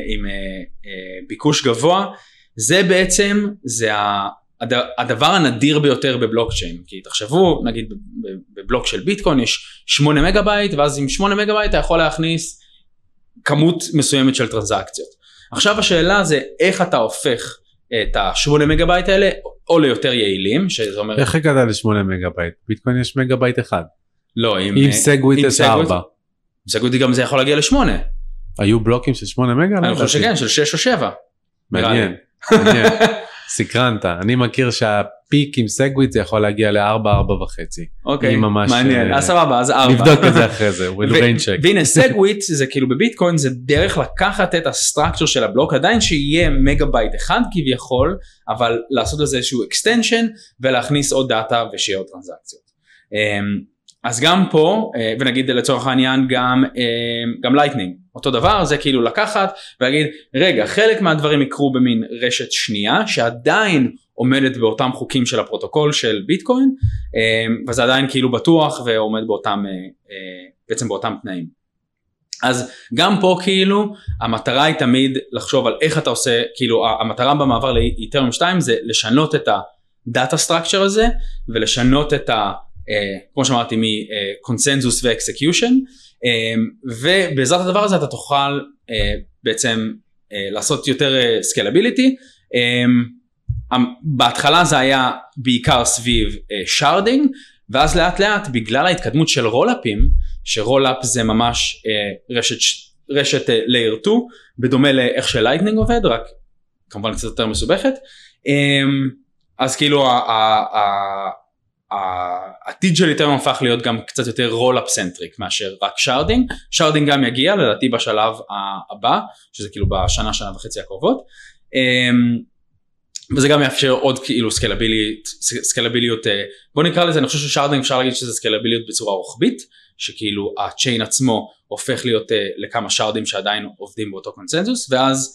ביקוש גבוה, זה בעצם הדבר הנדיר ביותר בבלוקצ'יין, כי תחשבו נגיד בבלוק של ביטקוין יש 8 מגה בייט, ואז עם 8 מגה בייט אתה יכול להכניס כמות מסוימת של טרנזקציות. עכשיו השאלה זה איך אתה הופך את ה8 מגה בייט האלה או ליותר יעילים, שזה אומר... איך הגעת ל8 מגה בייט? ביטקוין יש מגה בייט אחד. לא, עם סגוויט S4. סגוויט גם זה יכול להגיע ל8. היו בלוקים של 8 מגה? אני חושב שכן, של 6 או 7. מעניין. סקרנת. אני מכיר שהפיק עם סגוויט זה יכול להגיע ל4, 4.5. אוקיי, מעניין. אז סבבה, אז 4. נבדוק את זה אחרי זה. והנה סגוויט זה כאילו בביטקוין זה דרך לקחת את הסטרקצ'ר של הבלוק, עדיין שיהיה מגה בייט אחד כביכול, אבל לעשות לזה איזשהו extension ולהכניס עוד דאטה ושיהיה עוד טרנזקציות. אז גם פה, ונגיד לצורך העניין גם לייטנינג, אותו דבר, זה כאילו לקחת ולהגיד, רגע, חלק מהדברים יקרו במין רשת שנייה, שעדיין עומדת באותם חוקים של הפרוטוקול של ביטקוין, וזה עדיין כאילו בטוח ועומד בעצם באותם תנאים. אז גם פה כאילו, המטרה היא תמיד לחשוב על איך אתה עושה, כאילו המטרה במעבר לאיתריום 2 זה לשנות את הדאטה סטרקצ'ר הזה, ולשנות את כמו שאמרתי, מקונצנזוס ואקסקיושן, ובעזרת הדבר הזה אתה תוכל בעצם לעשות יותר סקלביליטי. בהתחלה זה היה בעיקר סביב שרדינג, ואז לאט לאט בגלל ההתקדמות של רולאפים, שרולאפ זה ממש רשת layer 2, בדומה לאיך שלייטנינג עובד, רק כמובן קצת יותר מסובכת, אז כאילו העתיד של איתריום הפך להיות גם קצת יותר רולאפ סנטריק מאשר רק שרדינג. שרדינג גם יגיע לדעתי בשלב הבא, שזה כאילו בשנה וחצי הקרובות, וזה גם יאפשר עוד כאילו סקלביליות, בוא נקרא לזה, אני חושב ששרדינג אפשר להגיד שזה סקלביליות בצורה רוחבית, שכאילו הצ'יין עצמו הופך להיות לכמה שרדים שעדיין עובדים באותו קונצנזוס, ואז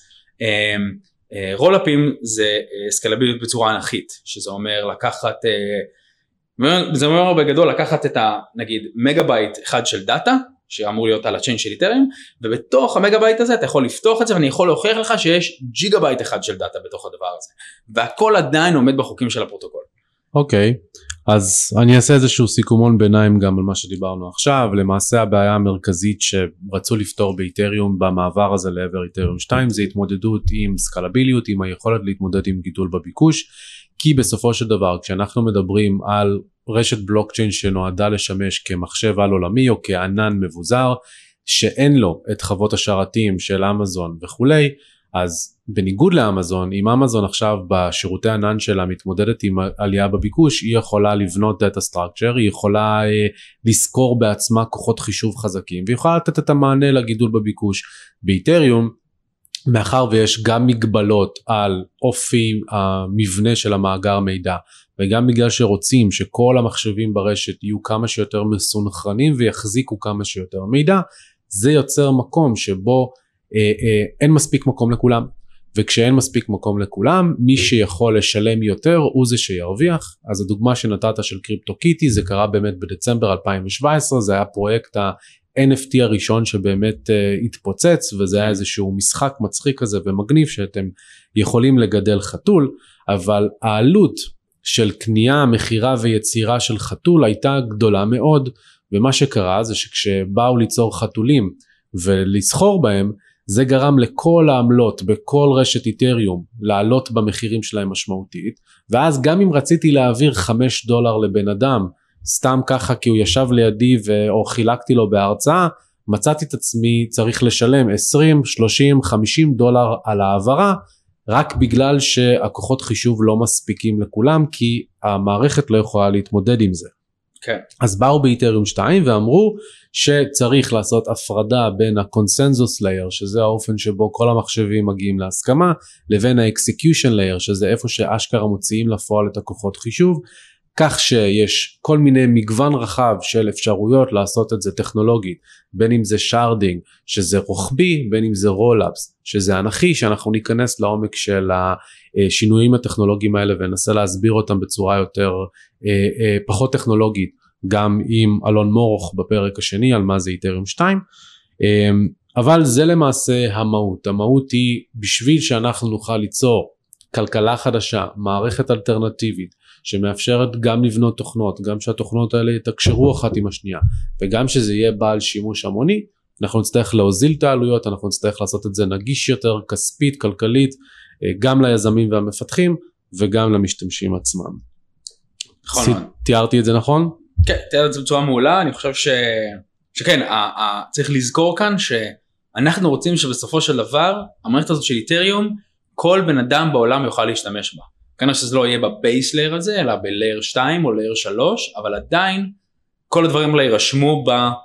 רולאפים זה סקלביליות בצורה אנכית, שזה אומר לקחת, זה אומר בגדול לקחת את נגיד מגה בייט אחד של דאטה, שאמור להיות על הצ'יין של איתריום, ובתוך המגה בייט הזה אתה יכול לפתוח את זה, ואני יכול להוכיח לך שיש ג'יגה בייט אחד של דאטה בתוך הדבר הזה, והכל עדיין עומד בחוקים של הפרוטוקול. אוקיי, אז אני אעשה איזשהו סיכומון ביניים גם על מה שדיברנו עכשיו. למעשה הבעיה המרכזית שרצו לפתור באיתריום במעבר הזה לעבר איתריום 2 זה התמודדות עם סקלביליות, עם היכולת להתמודד עם גידול בביקוש, כי בסופו של דבר כשאנחנו מדברים על רשת בלוקצ'יין שנועדה לשמש כמחשב על עולמי או כענן מבוזר שאין לו את חוות השרתים של אמזון וכולי, אז בניגוד לאמזון, אם אמזון עכשיו בשירותי ענן שלה מתמודדת עם עלייה בביקוש, היא יכולה לבנות דאטה סטרקצ'ר, היא יכולה לזכור בעצמה כוחות חישוב חזקים, והיא יכולה לתת את המענה לגידול בביקוש. באיתריום, מאחר ויש גם מגבלות על אופי המבנה של המאגר מידע, וגם בגלל שרוצים שכל המחשבים ברשת יהיו כמה שיותר מסונכרנים ויחזיקו כמה שיותר מידע, זה יוצר מקום שבו אין מספיק מקום לכולם, וכשאין מספיק מקום לכולם, מי שיכול לשלם יותר הוא זה שירוויח. אז הדוגמה שנתת של קריפטוקיטי, זה קרה באמת בדצמבר 2017, זה היה פרויקט ה-NFT הראשון שבאמת התפוצץ, וזה היה איזשהו משחק מצחיק כזה ומגניב, שאתם יכולים לגדל חתול, אבל העלות של קנייה, מחירה ויצירה של חתול הייתה גדולה מאוד, ומה שקרה זה שכשבאו ליצור חתולים ולסחור בהם, זה גרם לכל העמלות בכל רשת איתריום לעלות במחירים שלהם משמעותית, ואז גם אם רציתי להעביר $5 לבן אדם, סתם ככה כי הוא ישב לידי או חילקתי לו בהרצאה, מצאתי את עצמי צריך לשלם $20, $30, $50 על העברה, רק בגלל שהכוחות חישוב לא מספיקים לכולם, כי המערכת לא יכולה להתמודד עם זה. כן. אז באו באיתריום 2 ואמרו שצריך לעשות הפרדה בין הקונסנזוס לייר, שזה האופן שבו כל המחשבים מגיעים להסכמה, לבין האקסקיושן לייר, שזה איפה שאשכרה מוציאים לפועל את הכוחות חישוב, כך שיש כל מיני מגוון רחב של אפשרויות לעשות את זה טכנולוגית, בין אם זה שרדינג, שזה רוחבי, בין אם זה רולאפס, שזה אנכי, שאנחנו ניכנס לעומק של השינויים הטכנולוגיים האלה, וננסה להסביר אותם בצורה יותר, פחות טכנולוגית, גם עם אלון מורוך בפרק השני, על מה זה איתריום 2, אבל זה למעשה המהות. המהות היא בשביל שאנחנו נוכל ליצור כלכלה חדשה, מערכת אלטרנטיבית, שמאפשרת גם לבנות תוכנות, גם שהתוכנות האלה יתקשרו אחת עם השנייה, וגם שזה יהיה בעל שימוש המוני, אנחנו נצטרך להוזיל את העלויות, אנחנו נצטרך לעשות את זה נגיש יותר, כספית, כלכלית, גם ליזמים והמפתחים, וגם למשתמשים עצמם. נכון. תיארתי את זה נכון? כן, תיארתי את זה בצורה מעולה, אני חושב שכן, צריך לזכור כאן שאנחנו רוצים שבסופו של דבר, המערכת הזאת של איתריום, כל בן אדם בעולם יוכל להשתמש בה. כנראה שזה לא יהיה בבייס לייר הזה, אלא בלייר 2 או לייר 3, אבל עדיין כל הדברים האלה יירשמו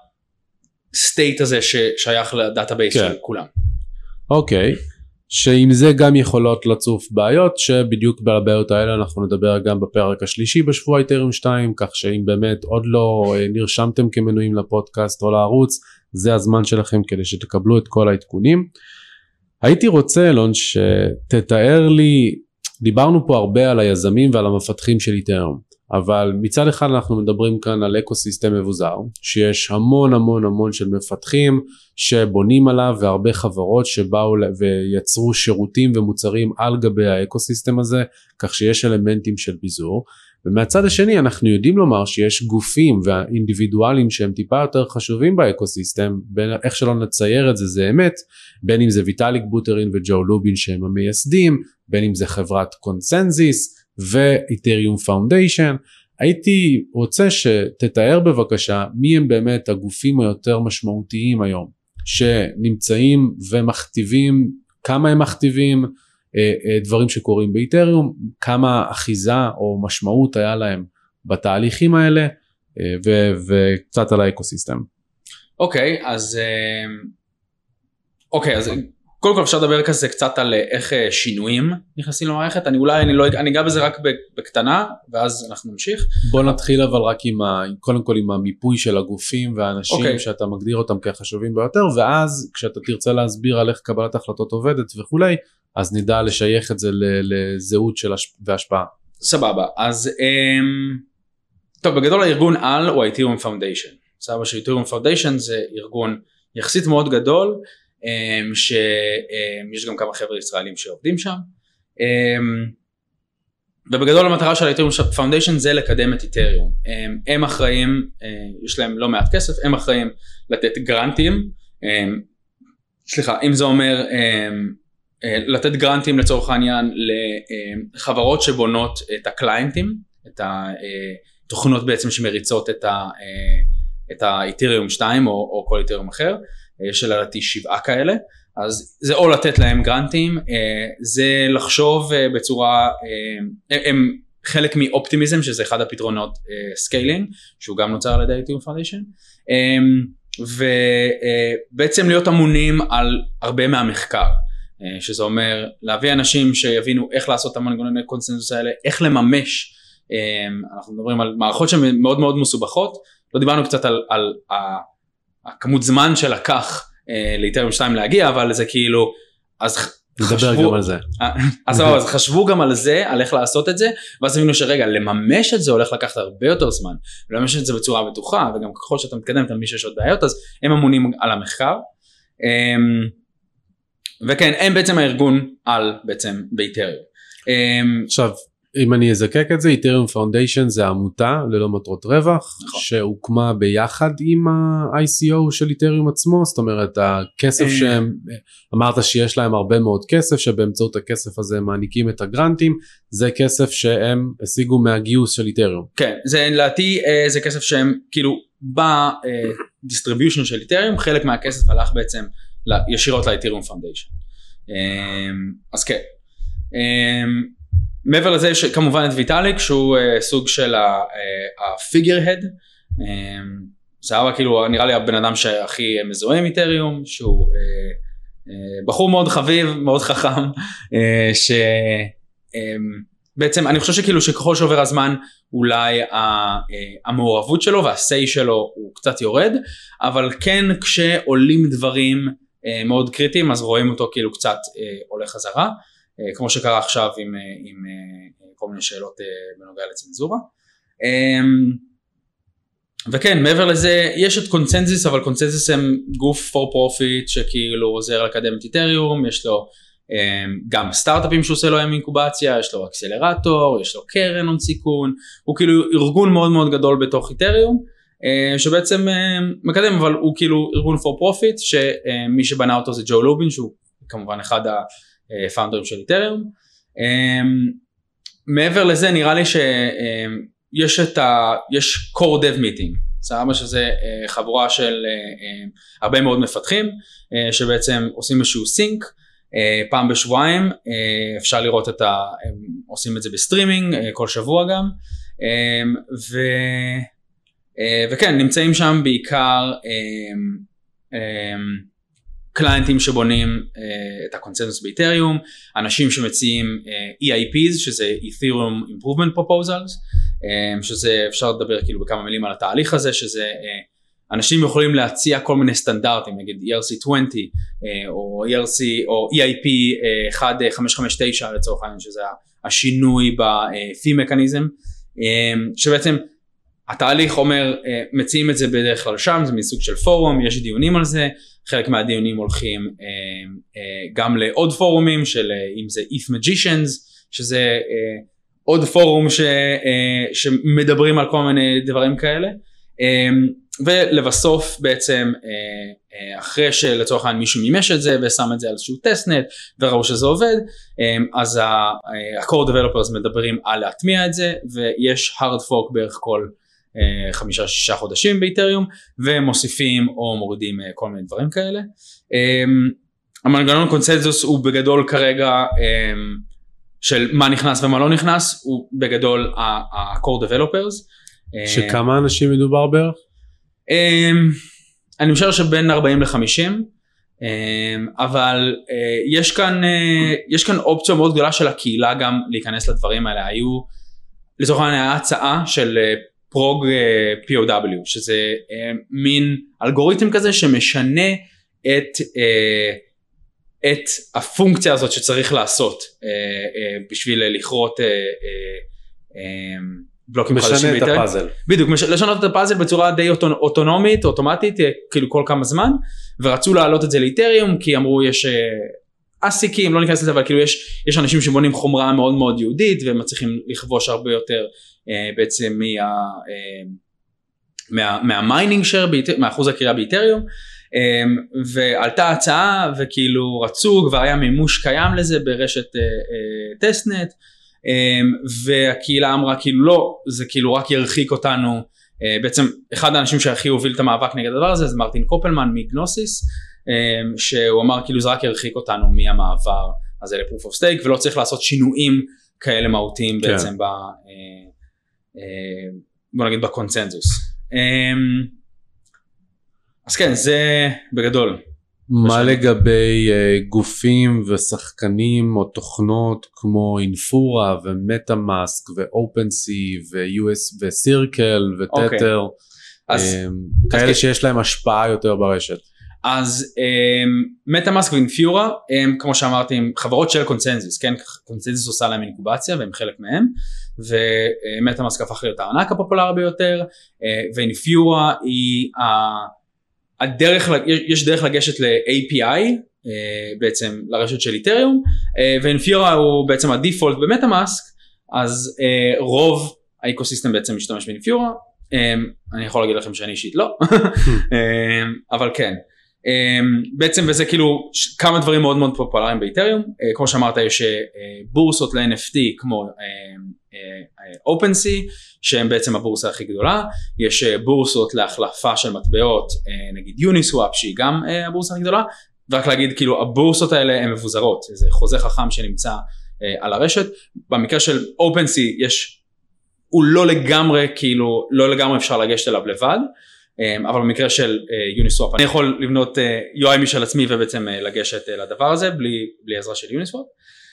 בסטייט הזה ששייך לדאטאבייס של כולם. אוקיי, שעם זה גם יכולות לצוף בעיות, שבדיוק בבעיות האלה אנחנו נדבר גם בפרק השלישי בשבוע איתריום 2, כך שאם באמת עוד לא נרשמתם כמנויים לפודקאסט או לערוץ, זה הזמן שלכם כדי שתקבלו את כל העדכונים. הייתי רוצה אלון שתתאר לי, דיברנו פה הרבה על היזמים ועל המפתחים של איתריום, אבל מצד אחד אנחנו מדברים כאן על אקוסיסטם מבוזר, שיש המון המון המון של מפתחים שבונים עליו, והרבה חברות שבאו ויצרו שירותים ומוצרים על גבי האקוסיסטם הזה, כך שיש אלמנטים של ביזור. ומהצד השני אנחנו יודעים לומר שיש גופים והאינדיבידואלים שהם טיפה יותר חשובים באקוסיסטם, איך שלא נצייר את זה, זה אמת, בין אם זה ויטאליק בוטרין וג'ו לובין שהם המייסדים, בין אם זה חברת קונסנזיס ואיתריום פאונדיישן. הייתי רוצה שתתאר בבקשה מי הם באמת הגופים היותר משמעותיים היום שנמצאים ומכתיבים, כמה הם מכתיבים דברים שקורים באיתריום, כמה אחיזה או משמעות היה להם בתהליכים האלה, וקצת על האקוסיסטם. אוקיי, אז קודם כל אפשר לדבר כזה קצת על איך שינויים נכנסים למערכת, אני אגע בזה רק בקטנה, ואז אנחנו נמשיך. בוא נתחיל אבל רק קודם כל עם המיפוי של הגופים והאנשים שאתה מגדיר אותם כחשובים ביותר, ואז כשאתה תרצה להסביר על איך קבלת החלטות עובדת וכולי, אז נדע לשייך את זה לזהות והשפעה. סבבה, אז טוב, בגדול הארגון על הוא האתריום פאונדיישן. סבבה שהאתריום פאונדיישן זה ארגון יחסית מאוד גדול, שיש גם כמה חבר'ה ישראלים שעובדים שם, ובגדול המטרה של האתריום פאונדיישן זה לקדם את איתריום. הם אחראים, יש להם לא מעט כסף, הם אחראים לתת גרנטים, אם זה אומר לתת גרנטים לצורך העניין לחברות שבונות את הקליינטים, את התוכנות בעצם שמריצות את האתריום 2 או כל אתריום אחר, שלדעתי 7 כאלה, אז זה או לתת להם גרנטים, זה לחשוב בצורה, הם חלק מאופטימיזם, שזה אחד הפתרונות סקיילינג, שהוא גם נוצר על ידי אתריום פאונדיישן, ובעצם להיות אמונים על הרבה מהמחקר, שזה אומר להביא אנשים שיבינו איך לעשות את המנגנוני קונסנזוס האלה, איך לממש, אנחנו מדברים על מערכות שהן מאוד מאוד מסובכות, לא דיברנו קצת על הכמות זמן שלקח לאתריום 2 להגיע, אבל זה כאילו, אז נדבר גם על זה. אז חשבו גם על זה, על איך לעשות את זה, ואז הבינו שרגע, לממש את זה הולך לקחת הרבה יותר זמן, לממש את זה בצורה בטוחה, וגם ככל שאתה מתקדם, אתה מבין שיש עוד בעיות, אז הם אמונים על המחקר, וכן, הם בעצם הארגון על בעצם באתריום. עכשיו, אם אני אזקק את זה, אתריום פאונדיישן זה עמותה ללא מטרות רווח, שהוקמה ביחד עם ה-ICO של אתריום עצמו, זאת אומרת, הכסף שהם, אמרת שיש להם הרבה מאוד כסף, שבאמצעות הכסף הזה הם מעניקים את הגרנטים, זה כסף שהם השיגו מהגיוס של אתריום. כן, זה לדעתי, זה כסף שהם, כאילו, בדיסטריביושן של אתריום, חלק מהכסף הלך בעצם ישירות לאתריום פאונדיישן. אז כן. מעבר לזה יש כמובן את ויטאליק שהוא סוג של הפיגר-הד, זה היה כאילו נראה לי הבן אדם שהכי מזוהה עם איתריום, שהוא בחור מאוד חביב, מאוד חכם, שבעצם אני חושב שכאילו שככל שעובר הזמן אולי המעורבות שלו והסי שלו הוא קצת יורד, אבל כן כשעולים דברים מאוד קריטיים אז רואים אותו כאילו קצת עולה חזרה, כמו שקרה עכשיו עם כל מיני שאלות בנוגע לצנזורה. וכן, מעבר לזה, יש את קונצנזוס, אבל קונצנזוס הם גוף for profit שכאילו עוזר לקדם את איתריום, יש לו גם סטארט-אפים שעושה לו עם אינקובציה, יש לו אקסלרטור, יש לו קרן הון סיכון, הוא כאילו ארגון מאוד מאוד גדול בתוך איתריום, שבעצם מקדם, אבל הוא כאילו ארגון for profit, שמי שבנה אותו זה ג'ו לובין, שהוא כמובן אחד פאונדרים של איתריום. מעבר לזה נראה לי שיש יש core dev meeting, סבבה שזה חבורה של הרבה מאוד מפתחים שבעצם עושים איזשהו סינק פעם בשבועיים, אפשר לראות הם עושים את זה בסטרימינג כל שבוע גם, וכן נמצאים שם בעיקר קליינטים שבונים את הקונצנזוס באיתריום, אנשים שמציעים EIPs שזה Ethereum Improvement Proposals, שזה אפשר לדבר כאילו בכמה מילים על התהליך הזה, שזה אנשים יכולים להציע כל מיני סטנדרטים, נגיד ERC20 או ERC או EIP 1559 לצורך העניין, שזה השינוי ב-fee mechanism, שבעצם התהליך אומר, מציעים את זה בדרך כלל שם, זה מסוג של פורום, יש דיונים על זה, חלק מהדיונים הולכים גם לעוד פורומים של אם זה If Magicians, שזה עוד פורום שמדברים על כל מיני דברים כאלה, ולבסוף בעצם אחרי שלצורך העניין מישהו מימש את זה ושם את זה על איזשהו טסטנט וראו שזה עובד, אז ה-core developers מדברים על להטמיע את זה, ויש hard fork בערך כל 5-6 חודשים באיתריום, ומוסיפים או מורידים כל מיני דברים כאלה. המנגנון קונצנזוס הוא בגדול כרגע של מה נכנס ומה לא נכנס, הוא בגדול ה-core developers. שכמה אנשים מדובר בערך? אני חושב שבין 40 ל-50, אבל יש כאן אופציה מאוד גדולה של הקהילה גם להיכנס לדברים האלה. לצורך העניין היה הצעה של פרוג POW, שזה מין אלגוריתם כזה שמשנה את הפונקציה הזאת שצריך לעשות בשביל לכרות בלוקים חדשים. משנה את הפאזל. בדיוק, לשנות את הפאזל בצורה די אוטונומית, אוטומטית, כאילו כל כמה זמן, ורצו להעלות את זה לאיתריום, כי אמרו יש אסיקים, לא ניכנס לזה, אבל כאילו יש אנשים שבונים חומרה מאוד מאוד יהודית, והם מצליחים לכבוש הרבה יותר בעצם מהמיינינג שר, מאחוז הקריאה באיתריום, ועלתה הצעה וכאילו רצו, כבר היה מימוש קיים לזה ברשת טסטנט, והקהילה אמרה כאילו לא, זה כאילו רק ירחיק אותנו, בעצם אחד האנשים שהכי הוביל את המאבק נגד הדבר הזה, זה מרטין קופלמן מגנוסיס, שהוא אמר כאילו זה רק ירחיק אותנו מהמעבר הזה ל-Proof of Stake, ולא צריך לעשות שינויים כאלה מהותיים בעצם בוא נגיד בקונצנזוס. אז כן, זה בגדול. מה לגבי גופים ושחקנים או תוכנות כמו אינפורה ומטאמאסק ואופנסי וסירקל וטטר, כאלה שיש להם השפעה יותר ברשת? אז מטאמאסק ואינפיורה הם כמו שאמרתי הם חברות של קונצנזוס, כן? קונצנזוס עושה להם אינקובציה והם חלק מהם, ומטאמאסק הפך להיות הארנק הפופולרי ביותר, ואינפיורה היא יש דרך לגשת ל-API בעצם לרשת של איתריום, ואינפיורה הוא בעצם הדיפולט במטאמאסק, אז רוב האקוסיסטם בעצם משתמש באינפיורה, אני יכול להגיד לכם שאני אישית לא, אבל כן. בעצם וזה כאילו כמה דברים מאוד מאוד פופולריים באיתריום, כמו שאמרת יש בורסות ל-NFT כמו OpenSea שהם בעצם הבורסה הכי גדולה, יש בורסות להחלפה של מטבעות נגיד Uniswap שהיא גם הבורסה הכי גדולה, ורק להגיד כאילו הבורסות האלה הן מבוזרות, זה חוזה חכם שנמצא על הרשת, במקרה של OpenSea הוא לא לגמרי כאילו לא לגמרי אפשר לגשת אליו לבד, אבל במקרה של Uniswap אני יכול לבנות UI משל עצמי ובעצם לגשת לדבר הזה בלי עזרה של Uniswap.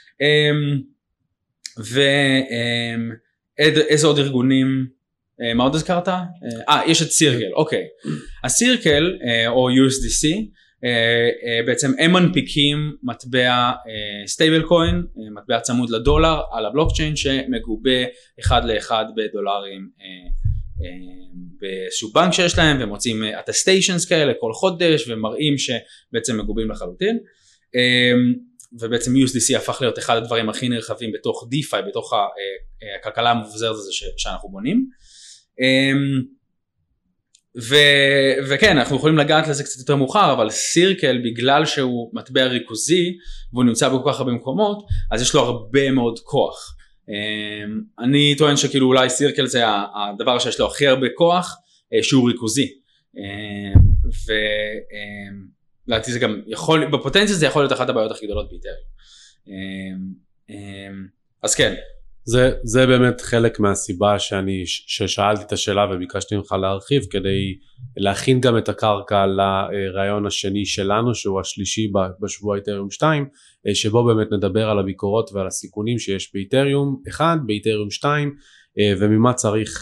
ואיזה עוד ארגונים, מה עוד הזכרת? יש את סירקל, אוקיי. הסירקל או USDC בעצם הם מנפיקים מטבע סטייבל קוין, מטבע צמוד לדולר על הבלוקצ'יין שמגובה אחד לאחד בדולרים באיזשהו בנק שיש להם, ומוצאים אטסטיישנס כאלה כל חודש ומראים שבעצם מגובים לחלוטין, ובעצם USDC הפך להיות אחד הדברים הכי נרחבים בתוך DeFi, בתוך הכלכלה המבוזרת הזה שאנחנו בונים, וכן אנחנו יכולים לגעת לזה קצת יותר מאוחר, אבל סירקל בגלל שהוא מטבע ריכוזי והוא נמצא בכל כך הרבה מקומות, אז יש לו הרבה מאוד כוח. אני טוען שכאילו אולי סירקל זה הדבר שיש לו הכי הרבה כוח שהוא ריכוזי, ולדעתי זה גם יכול, בפוטנציה זה יכול להיות אחת הבעיות הכי גדולות באיתריום. אז כן. זה באמת חלק מהסיבה ששאלתי את השאלה וביקשתי ממך להרחיב, כדי להכין גם את הקרקע לרעיון השני שלנו, שהוא השלישי בשבוע איתריום 2, שבו באמת נדבר על הביקורות ועל הסיכונים שיש באיתריום 1, באיתריום 2, וממה צריך,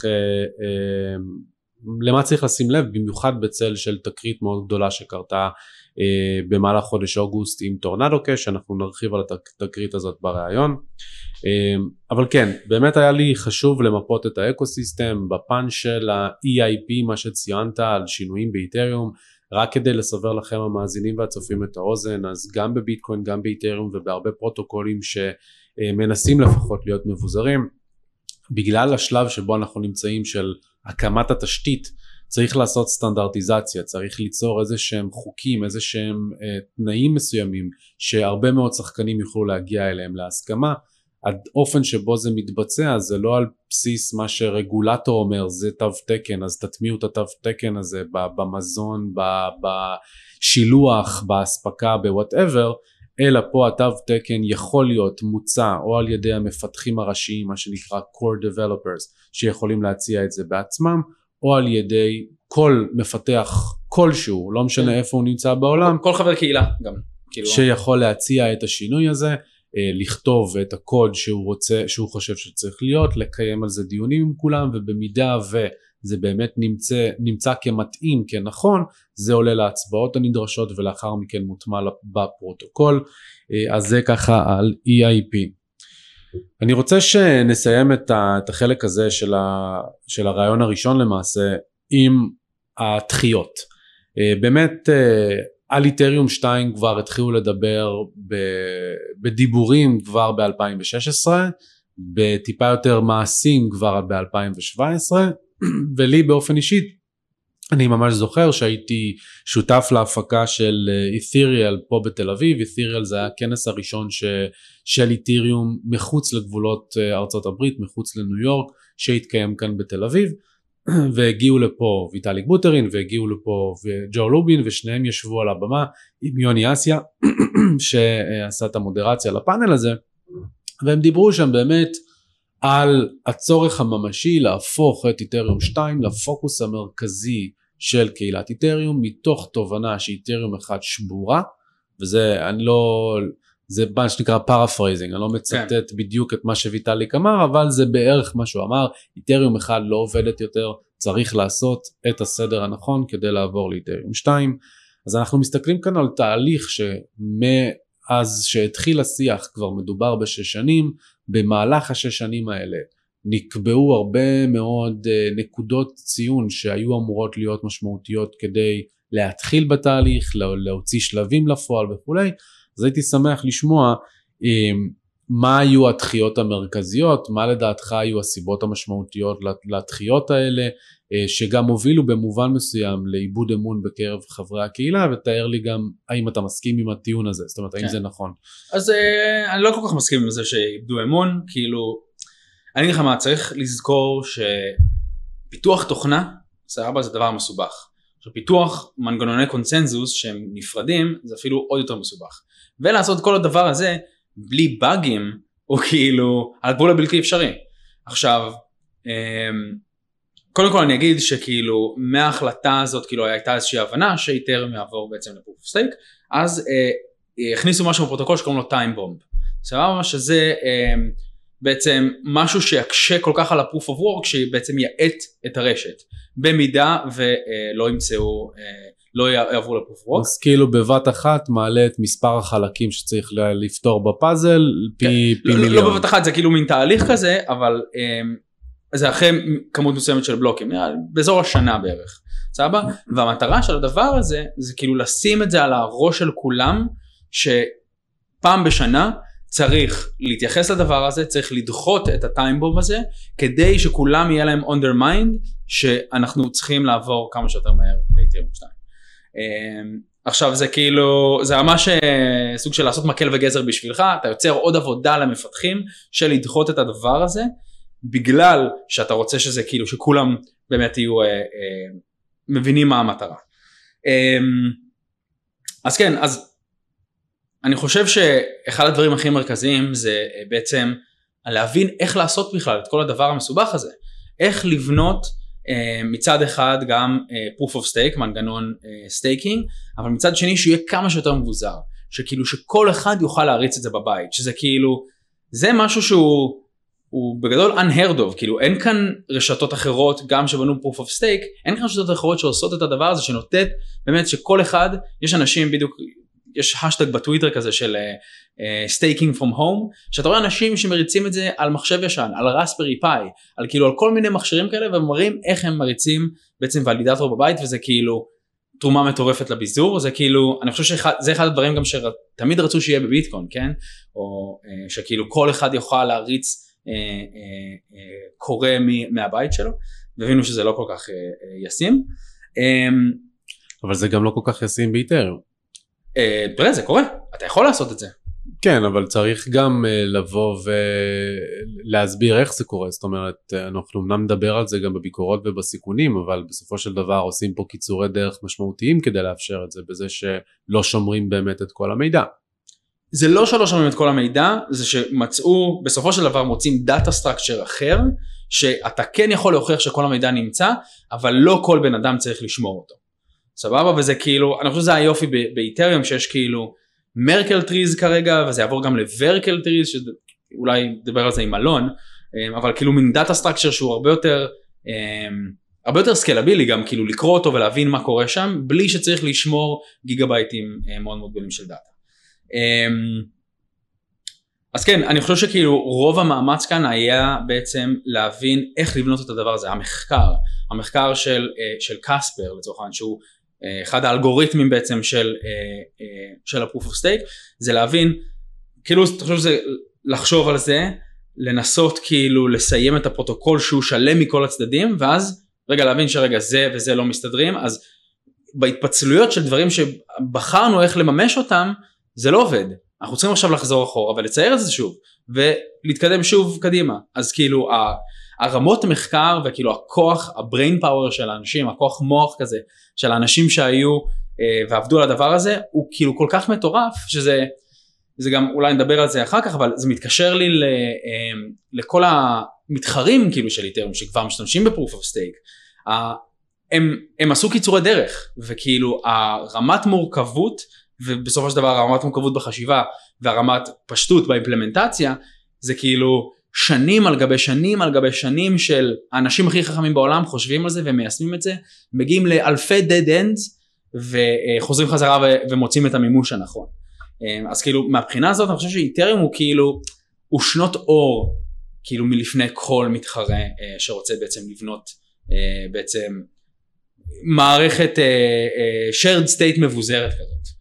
למה צריך לשים לב, במיוחד בצל של תקרית מאוד גדולה שקרתה במהלך חודש אוגוסט עם טורנדו קאש, אנחנו נרחיב על התקרית הזאת ברעיון. אבל כן, באמת היה לי חשוב למפות את האקוסיסטם בפן של ה-EIP, מה שציינת על שינויים באיתריום, רק כדי לסבר לכם המאזינים והצופים את האוזן, אז גם בביטקוין, גם באיתריום ובהרבה פרוטוקולים שמנסים לפחות להיות מבוזרים, בגלל השלב שבו אנחנו נמצאים של הקמת התשתית, צריך לעשות סטנדרטיזציה, צריך ליצור איזה שהם חוקים, איזה שהם תנאים מסוימים, שהרבה מאוד שחקנים יוכלו להגיע אליהם להסכמה. האופן שבו זה מתבצע זה לא על בסיס מה שרגולטור אומר זה תו תקן, אז תטמיעו את התו תקן הזה במזון, בשילוח, בהספקה, בוואטאבר, אלא פה התו תקן יכול להיות מוצע או על ידי המפתחים הראשיים, מה שנקרא core developers, שיכולים להציע את זה בעצמם, או על ידי כל מפתח כלשהו, לא משנה איפה הוא נמצא בעולם, כל חבר קהילה גם. שיכול להציע את השינוי הזה, לכתוב את הקוד שהוא חושב שצריך להיות, לקיים על זה דיונים עם כולם, ובמידה וזה באמת נמצא כמתאים, כנכון, זה עולה להצבעות הנדרשות ולאחר מכן מוטמע בפרוטוקול. אז זה ככה על EIP. אני רוצה שנסיים את החלק הזה של הרעיון הראשון למעשה עם הדחיות. באמת על איתריום 2 כבר התחילו לדבר בדיבורים כבר ב-2016, בטיפה יותר מעשים כבר ב-2017, ולי באופן אישית, אני ממש זוכר שהייתי שותף להפקה של אית'ריאל פה בתל אביב. אית'ריאל זה היה הכנס הראשון של איתריום מחוץ לגבולות ארצות הברית, מחוץ לניו יורק, שהתקיים כאן בתל אביב, והגיעו לפה ויטאליק בוטרין, והגיעו לפה ג'ו לובין, ושניהם ישבו על הבמה עם יוני אסיה, שעשה את המודרציה לפאנל הזה, והם דיברו שם באמת על הצורך הממשי להפוך את איתריום 2 לפוקוס המרכזי של קהילת איתריום, מתוך תובנה שאיתריום 1 שבורה, וזה זה מה שנקרא פרפרייזינג, אני לא מצטט בדיוק את מה שוויטאליק אמר, אבל זה בערך מה שהוא אמר, איתריום 1 לא עובדת יותר, צריך לעשות את הסדר הנכון כדי לעבור לאיתריום 2, אז אנחנו מסתכלים כאן על תהליך שמאז שהתחיל השיח כבר מדובר ב6 שנים, במהלך ה6 שנים האלה נקבעו הרבה מאוד נקודות ציון שהיו אמורות להיות משמעותיות כדי להתחיל בתהליך, להוציא שלבים לפועל וכולי. אז הייתי שמח לשמוע מה היו הדחיות המרכזיות, מה לדעתך היו הסיבות המשמעותיות לדחיות האלה, שגם הובילו במובן מסוים לאיבוד אמון בקרב חברי הקהילה, ותאר לי גם האם אתה מסכים עם הטיעון הזה, זאת אומרת האם זה נכון. אז אני לא כל כך מסכים עם זה שאיבדו אמון, כאילו אני אגיד לך מה, צריך לזכור שפיתוח תוכנה, סבבה, זה דבר מסובך. פיתוח מנגנוני קונצנזוס שהם נפרדים, זה אפילו עוד יותר מסובך. ולעשות כל הדבר הזה בלי באגים, או כאילו על גבול הבלתי אפשרי. עכשיו, קודם כל אני אגיד שכאילו מההחלטה הזאת כאילו הייתה איזושהי הבנה שאיתריום יעבור בעצם לפרוף אוף סטייק, אז הכניסו משהו בפרוטוקול שקוראים לו time bomb. סבבה, שזה בעצם משהו שיקשה כל כך על הפרוף אוף וורק, שבעצם יעט את הרשת, במידה ולא ימצאו, לא יעברו לפרוף אוף וורק. אז כאילו בבת אחת מעלה את מספר החלקים שצריך לפתור בפאזל, פי מיליון. לא בבת אחת, זה כאילו מין תהליך כזה, אבל זה אחרי כמות מסוימת של בלוקים, באזור השנה בערך, סבבה? והמטרה של הדבר הזה, זה כאילו לשים את זה על הראש של כולם, שפעם בשנה, צריך להתייחס לדבר הזה, צריך לדחות את הטיימבום הזה, כדי שכולם יהיה להם on their mind, שאנחנו צריכים לעבור כמה שיותר מהר לאיתריום 2. עכשיו זה כאילו, זה ממש סוג של לעשות מקל וגזר בשבילך, אתה יוצר עוד עבודה למפתחים, של לדחות את הדבר הזה, בגלל שאתה רוצה שזה כאילו, שכולם באמת יהיו מבינים מה המטרה. אז כן, אז אני חושב שאחד הדברים הכי מרכזיים זה בעצם להבין איך לעשות בכלל את כל הדבר המסובך הזה. איך לבנות מצד אחד גם proof of stake, מנגנון סטייקינג, אבל מצד שני שיהיה כמה שיותר מבוזר. שכאילו שכל אחד יוכל להריץ את זה בבית. שזה כאילו, זה משהו שהוא בגדול unheard of. כאילו אין כאן רשתות אחרות גם שבנו proof of stake, אין כאן רשתות אחרות שעושות את הדבר הזה, שנותנת באמת שכל אחד, יש אנשים בדיוק, יש השטג בטוויטר כזה של staking from home, שאתה רואה אנשים שמריצים את זה על מחשב ישן, על רספרי פאי, על כאילו על כל מיני מכשירים כאלה, ומראים איך הם מריצים בעצם ולידטור בבית, וזה כאילו תרומה מטורפת לביזור, זה כאילו, אני חושב שזה אחד הדברים גם שתמיד רצו שיהיה בביטקוין, כן? או שכאילו כל אחד יוכל להריץ קורא מהבית שלו, והבינו שזה לא כל כך ישים. אבל זה גם לא כל כך ישים באיתריום. תראה, זה קורה, אתה יכול לעשות את זה. כן, אבל צריך גם לבוא ולהסביר איך זה קורה, זאת אומרת, אנחנו אמנם נדבר על זה גם בביקורות ובסיכונים, אבל בסופו של דבר עושים פה קיצורי דרך משמעותיים כדי לאפשר את זה, בזה שלא שומרים באמת את כל המידע. זה לא שלא שומעים את כל המידע, זה שמצאו, בסופו של דבר מוצאים דאטה סטרקצ'ר אחר, שאתה כן יכול להוכיח שכל המידע נמצא, אבל לא כל בן אדם צריך לשמור אותו. סבבה? וזה כאילו, אני חושב שזה היופי באיתריום, שיש כאילו מרקל טריז כרגע, וזה יעבור גם לוורקל טריז, שאולי נדבר על זה עם אלון, אבל כאילו מין דאטה סטרקצ'ר שהוא הרבה יותר סקלבילי, גם כאילו לקרוא אותו ולהבין מה קורה שם, בלי שצריך לשמור גיגבייטים מאוד מאוד גדולים של דאטה. אז כן, אני חושב שכאילו רוב המאמץ כאן היה בעצם להבין איך לבנות את הדבר הזה, המחקר של קספר לצורך העניין, שהוא אחד האלגוריתמים בעצם של ה-Proof of Stake, זה להבין, כאילו תחשוב שזה לחשוב על זה, לנסות כאילו לסיים את הפרוטוקול שהוא שלם מכל הצדדים, ואז רגע להבין שרגע זה וזה לא מסתדרים, אז בהתפצלויות של דברים שבחרנו איך לממש אותם, זה לא עובד. אנחנו צריכים עכשיו לחזור אחורה ולצייר את זה שוב, ולהתקדם שוב קדימה. אז כאילו הרמות מחקר וכאילו הכוח, ה-brain power של האנשים, הכוח מוח כזה, של האנשים שהיו ועבדו על הדבר הזה, הוא כאילו כל כך מטורף, שזה גם, אולי נדבר על זה אחר כך, אבל זה מתקשר לי לכל המתחרים כאילו של איתריום, שכבר משתמשים ב-Proof of Stake, הם עשו קיצורי דרך, וכאילו הרמת מורכבות, ובסופו של דבר הרמת מורכבות בחשיבה, והרמת פשטות באימפלמנטציה, זה כאילו שנים על גבי שנים על גבי שנים של האנשים הכי חכמים בעולם חושבים על זה ומיישמים את זה, מגיעים לאלפי dead ends, וחוזרים חזרה ומוצאים את המימוש הנכון. אז כאילו מהבחינה הזאת אני חושב שאיתריום הוא כאילו, הוא שנות אור, כאילו מלפני כל מתחרה שרוצה בעצם לבנות בעצם מערכת shared state מבוזרת כזאת.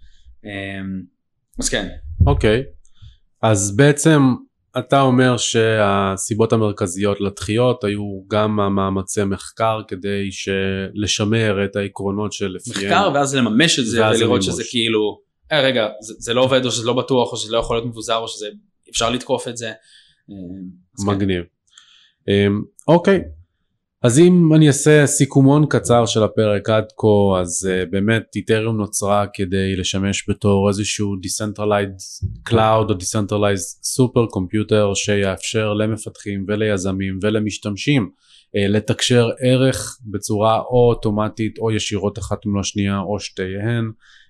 אז כן. אוקיי, אז בעצם אתה אומר שהסיבות המרכזיות לדחיות היו גם המאמצי מחקר כדי לשמר את העקרונות של מחקר ואז לממש את זה ולראות שזה כאילו רגע זה לא עובד או שזה לא בטוח או שזה לא יכול להיות מבוזר או שזה אפשר לתקוף את זה. מגניב. אוקיי, אז אם אני אעשה סיכומון קצר של הפרק עד כה, אז באמת איתריום נוצרה כדי לשמש בתור איזשהו Decentralized Cloud או Decentralized Super Computer שיאפשר למפתחים וליזמים ולמשתמשים לתקשר ערך בצורה או אוטומטית או ישירות אחת מול השנייה או שתיהן.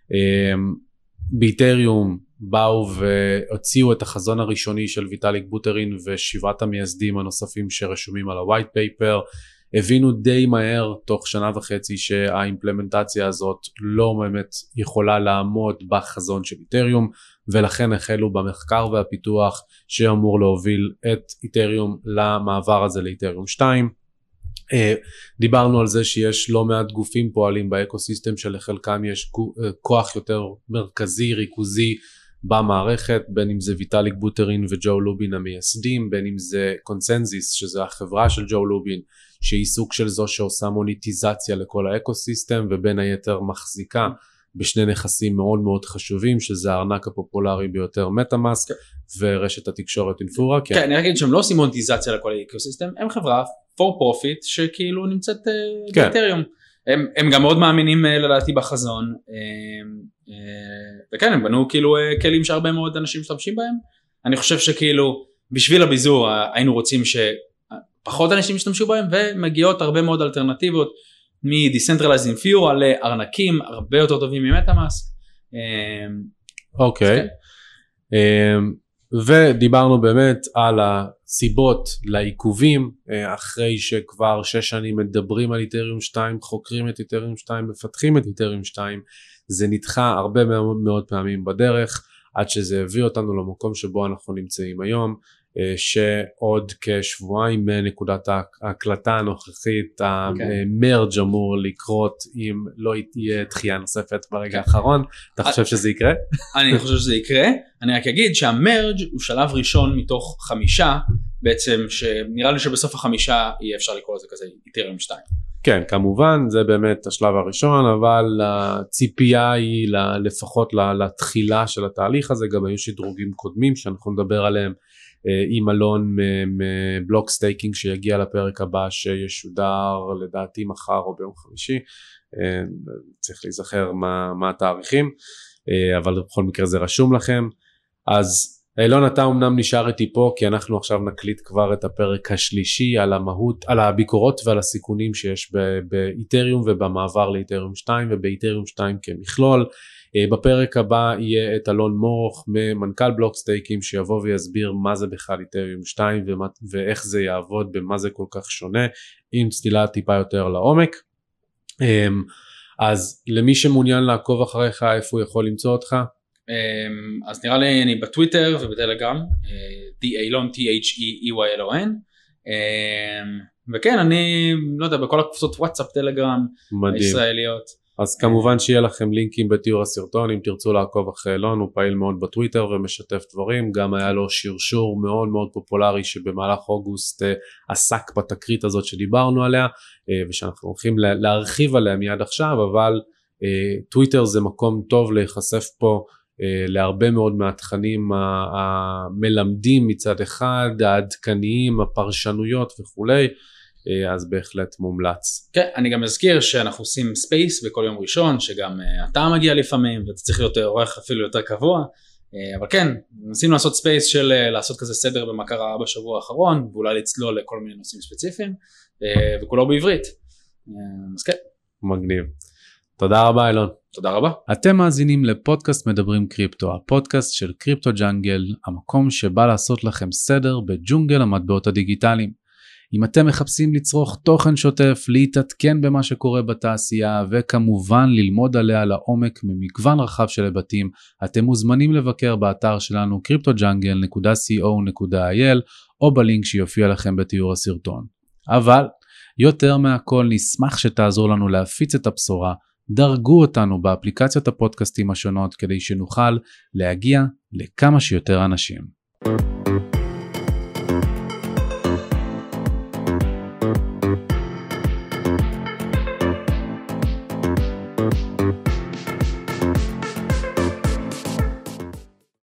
באיתריום באו והוציאו את החזון הראשוני של ויטאליק בוטרין ושבעת המייסדים הנוספים שרשומים על ה-white paper, הבינו די מהר תוך שנה וחצי שהאימפלמנטציה הזאת לא באמת יכולה לעמוד בחזון של איתריום, ולכן החלו במחקר והפיתוח שאמור להוביל את איתריום למעבר הזה לאיתריום 2. דיברנו על זה שיש לא מעט גופים פועלים באקוסיסטם שלחלקם יש כוח יותר מרכזי, ריכוזי במערכת, בין אם זה ויטאליק בוטרין וג'ו לובין המייסדים, בין אם זה קונסנזיס שזה החברה של ג'ו לובין שהיא סוג של זו שעושה מוניטיזציה לכל האקוסיסטם, ובין היתר מחזיקה בשני נכסים מאוד מאוד חשובים, שזה הארנק הפופולרי ביותר מטאמאסק ורשת התקשורת אינפורה. כן, אני אגיד שהם לא עושים מוניטיזציה לכל האקוסיסטם, הם חברה for profit שכאילו נמצאת באיתריום. הם גם מאוד מאמינים לדעתי בחזון, וכן הם בנו כאילו כלים שהרבה מאוד אנשים משתמשים בהם. אני חושב שכאילו בשביל הביזור היינו רוצים שפחות אנשים ישתמשו בהם, ומגיעות הרבה מאוד אלטרנטיבות מ-Decentralized Infura לארנקים הרבה יותר טובים ממטאמאסק. אוקיי, ודיברנו באמת על הסיבות לעיכובים, אחרי שכבר 6 שנים מדברים על איתריום 2, חוקרים את איתריום 2, מפתחים את איתריום 2, זה נדחה הרבה מאוד פעמים בדרך, עד שזה הביא אותנו למקום שבו אנחנו נמצאים היום, שעוד כשבועיים מנקודת ההקלטה הנוכחית, המרג' אמור לקרות אם לא תהיה דחייה נוספת ברגע האחרון. אתה חושב שזה יקרה? אני חושב שזה יקרה, אני רק אגיד שהמרג' הוא שלב ראשון מתוך 5, בעצם שנראה לי שבסוף 5 יהיה אפשר לקרוא לזה כזה איתריום 2. כן, כמובן זה באמת השלב הראשון, אבל הציפייה היא לפחות לתחילה של התהליך הזה. גם היו שדרוגים קודמים שאנחנו נדבר עליהם עם אלון מבלוק סטייקינג שיגיע לפרק הבא, שישודר לדעתי מחר או ביום חמישי, צריך להיזכר מה התאריכים, אבל בכל מקרה זה רשום לכם. אז אילון, אתה אמנם נשאר איתי פה, כי אנחנו עכשיו נקליט כבר את הפרק השלישי על המהות, על הביקורות ועל הסיכונים שיש באיתריום ובמעבר לאיתריום 2 ובאיתריום 2 כמכלול. בפרק הבא יהיה את אלון מורך, מנכ"ל בלוקסטייקים, שיבוא ויסביר מה זה בכלל איתריום 2 ואיך זה יעבוד, במה זה כל כך שונה, עם צלילה טיפה יותר לעומק. אז למי שמעוניין לעקוב אחריך, איפה הוא יכול למצוא אותך? אז נראה לי אני בטוויטר ובטלגרם, Theeylon, Theeylon, וכן, אני לא יודע, בכל הקבוצות וואטסאפ, טלגרם, הישראליות. אז כמובן שיהיה לכם לינקים בתיאור הסרטון, אם תרצו לעקוב אחרי אילון, הוא פעיל מאוד בטוויטר ומשתף דברים, גם היה לו שרשור מאוד מאוד פופולרי שבמהלך אוגוסט עסק בתקרית הזאת שדיברנו עליה, ושאנחנו הולכים להרחיב עליה מיד עכשיו, אבל טוויטר זה מקום טוב להיחשף פה להרבה מאוד מהתכנים המלמדים מצד אחד, העדכניים, הפרשנויות וכולי, אז בהחלט מומלץ. כן, אני גם אזכיר שאנחנו עושים ספייס בכל יום ראשון, שגם אתה מגיע לפעמים, ואתה צריך להיות עורך אפילו יותר קבוע, אבל כן, נסים לעשות ספייס של לעשות כזה סדר במה קרה בשבוע האחרון, ואולי לצלול לכל מיני נושאים ספציפיים, וכולו בעברית. אז כן. מגניב. תודה רבה אילון. תודה רבה. אתם מאזינים לפודקאסט מדברים קריפטו, הפודקאסט של קריפטו ג'אנגל, המקום שבא לעשות לכם סדר בג'ונגל המטבעות הדיגיטליים. אם אתם מחפשים לצרוך תוכן שוטף, להתעדכן במה שקורה בתעשייה, וכמובן ללמוד עליה לעומק ממגוון רחב של היבטים, אתם מוזמנים לבקר באתר שלנו cryptojungle.co.il, או בלינק שיופיע לכם בתיאור הסרטון. אבל יותר מהכל נשמח שתעזור לנו להפיץ את הבשורה, דרגו אותנו באפליקציות הפודקאסטים השונות כדי שנוכל להגיע לכמה שיותר אנשים.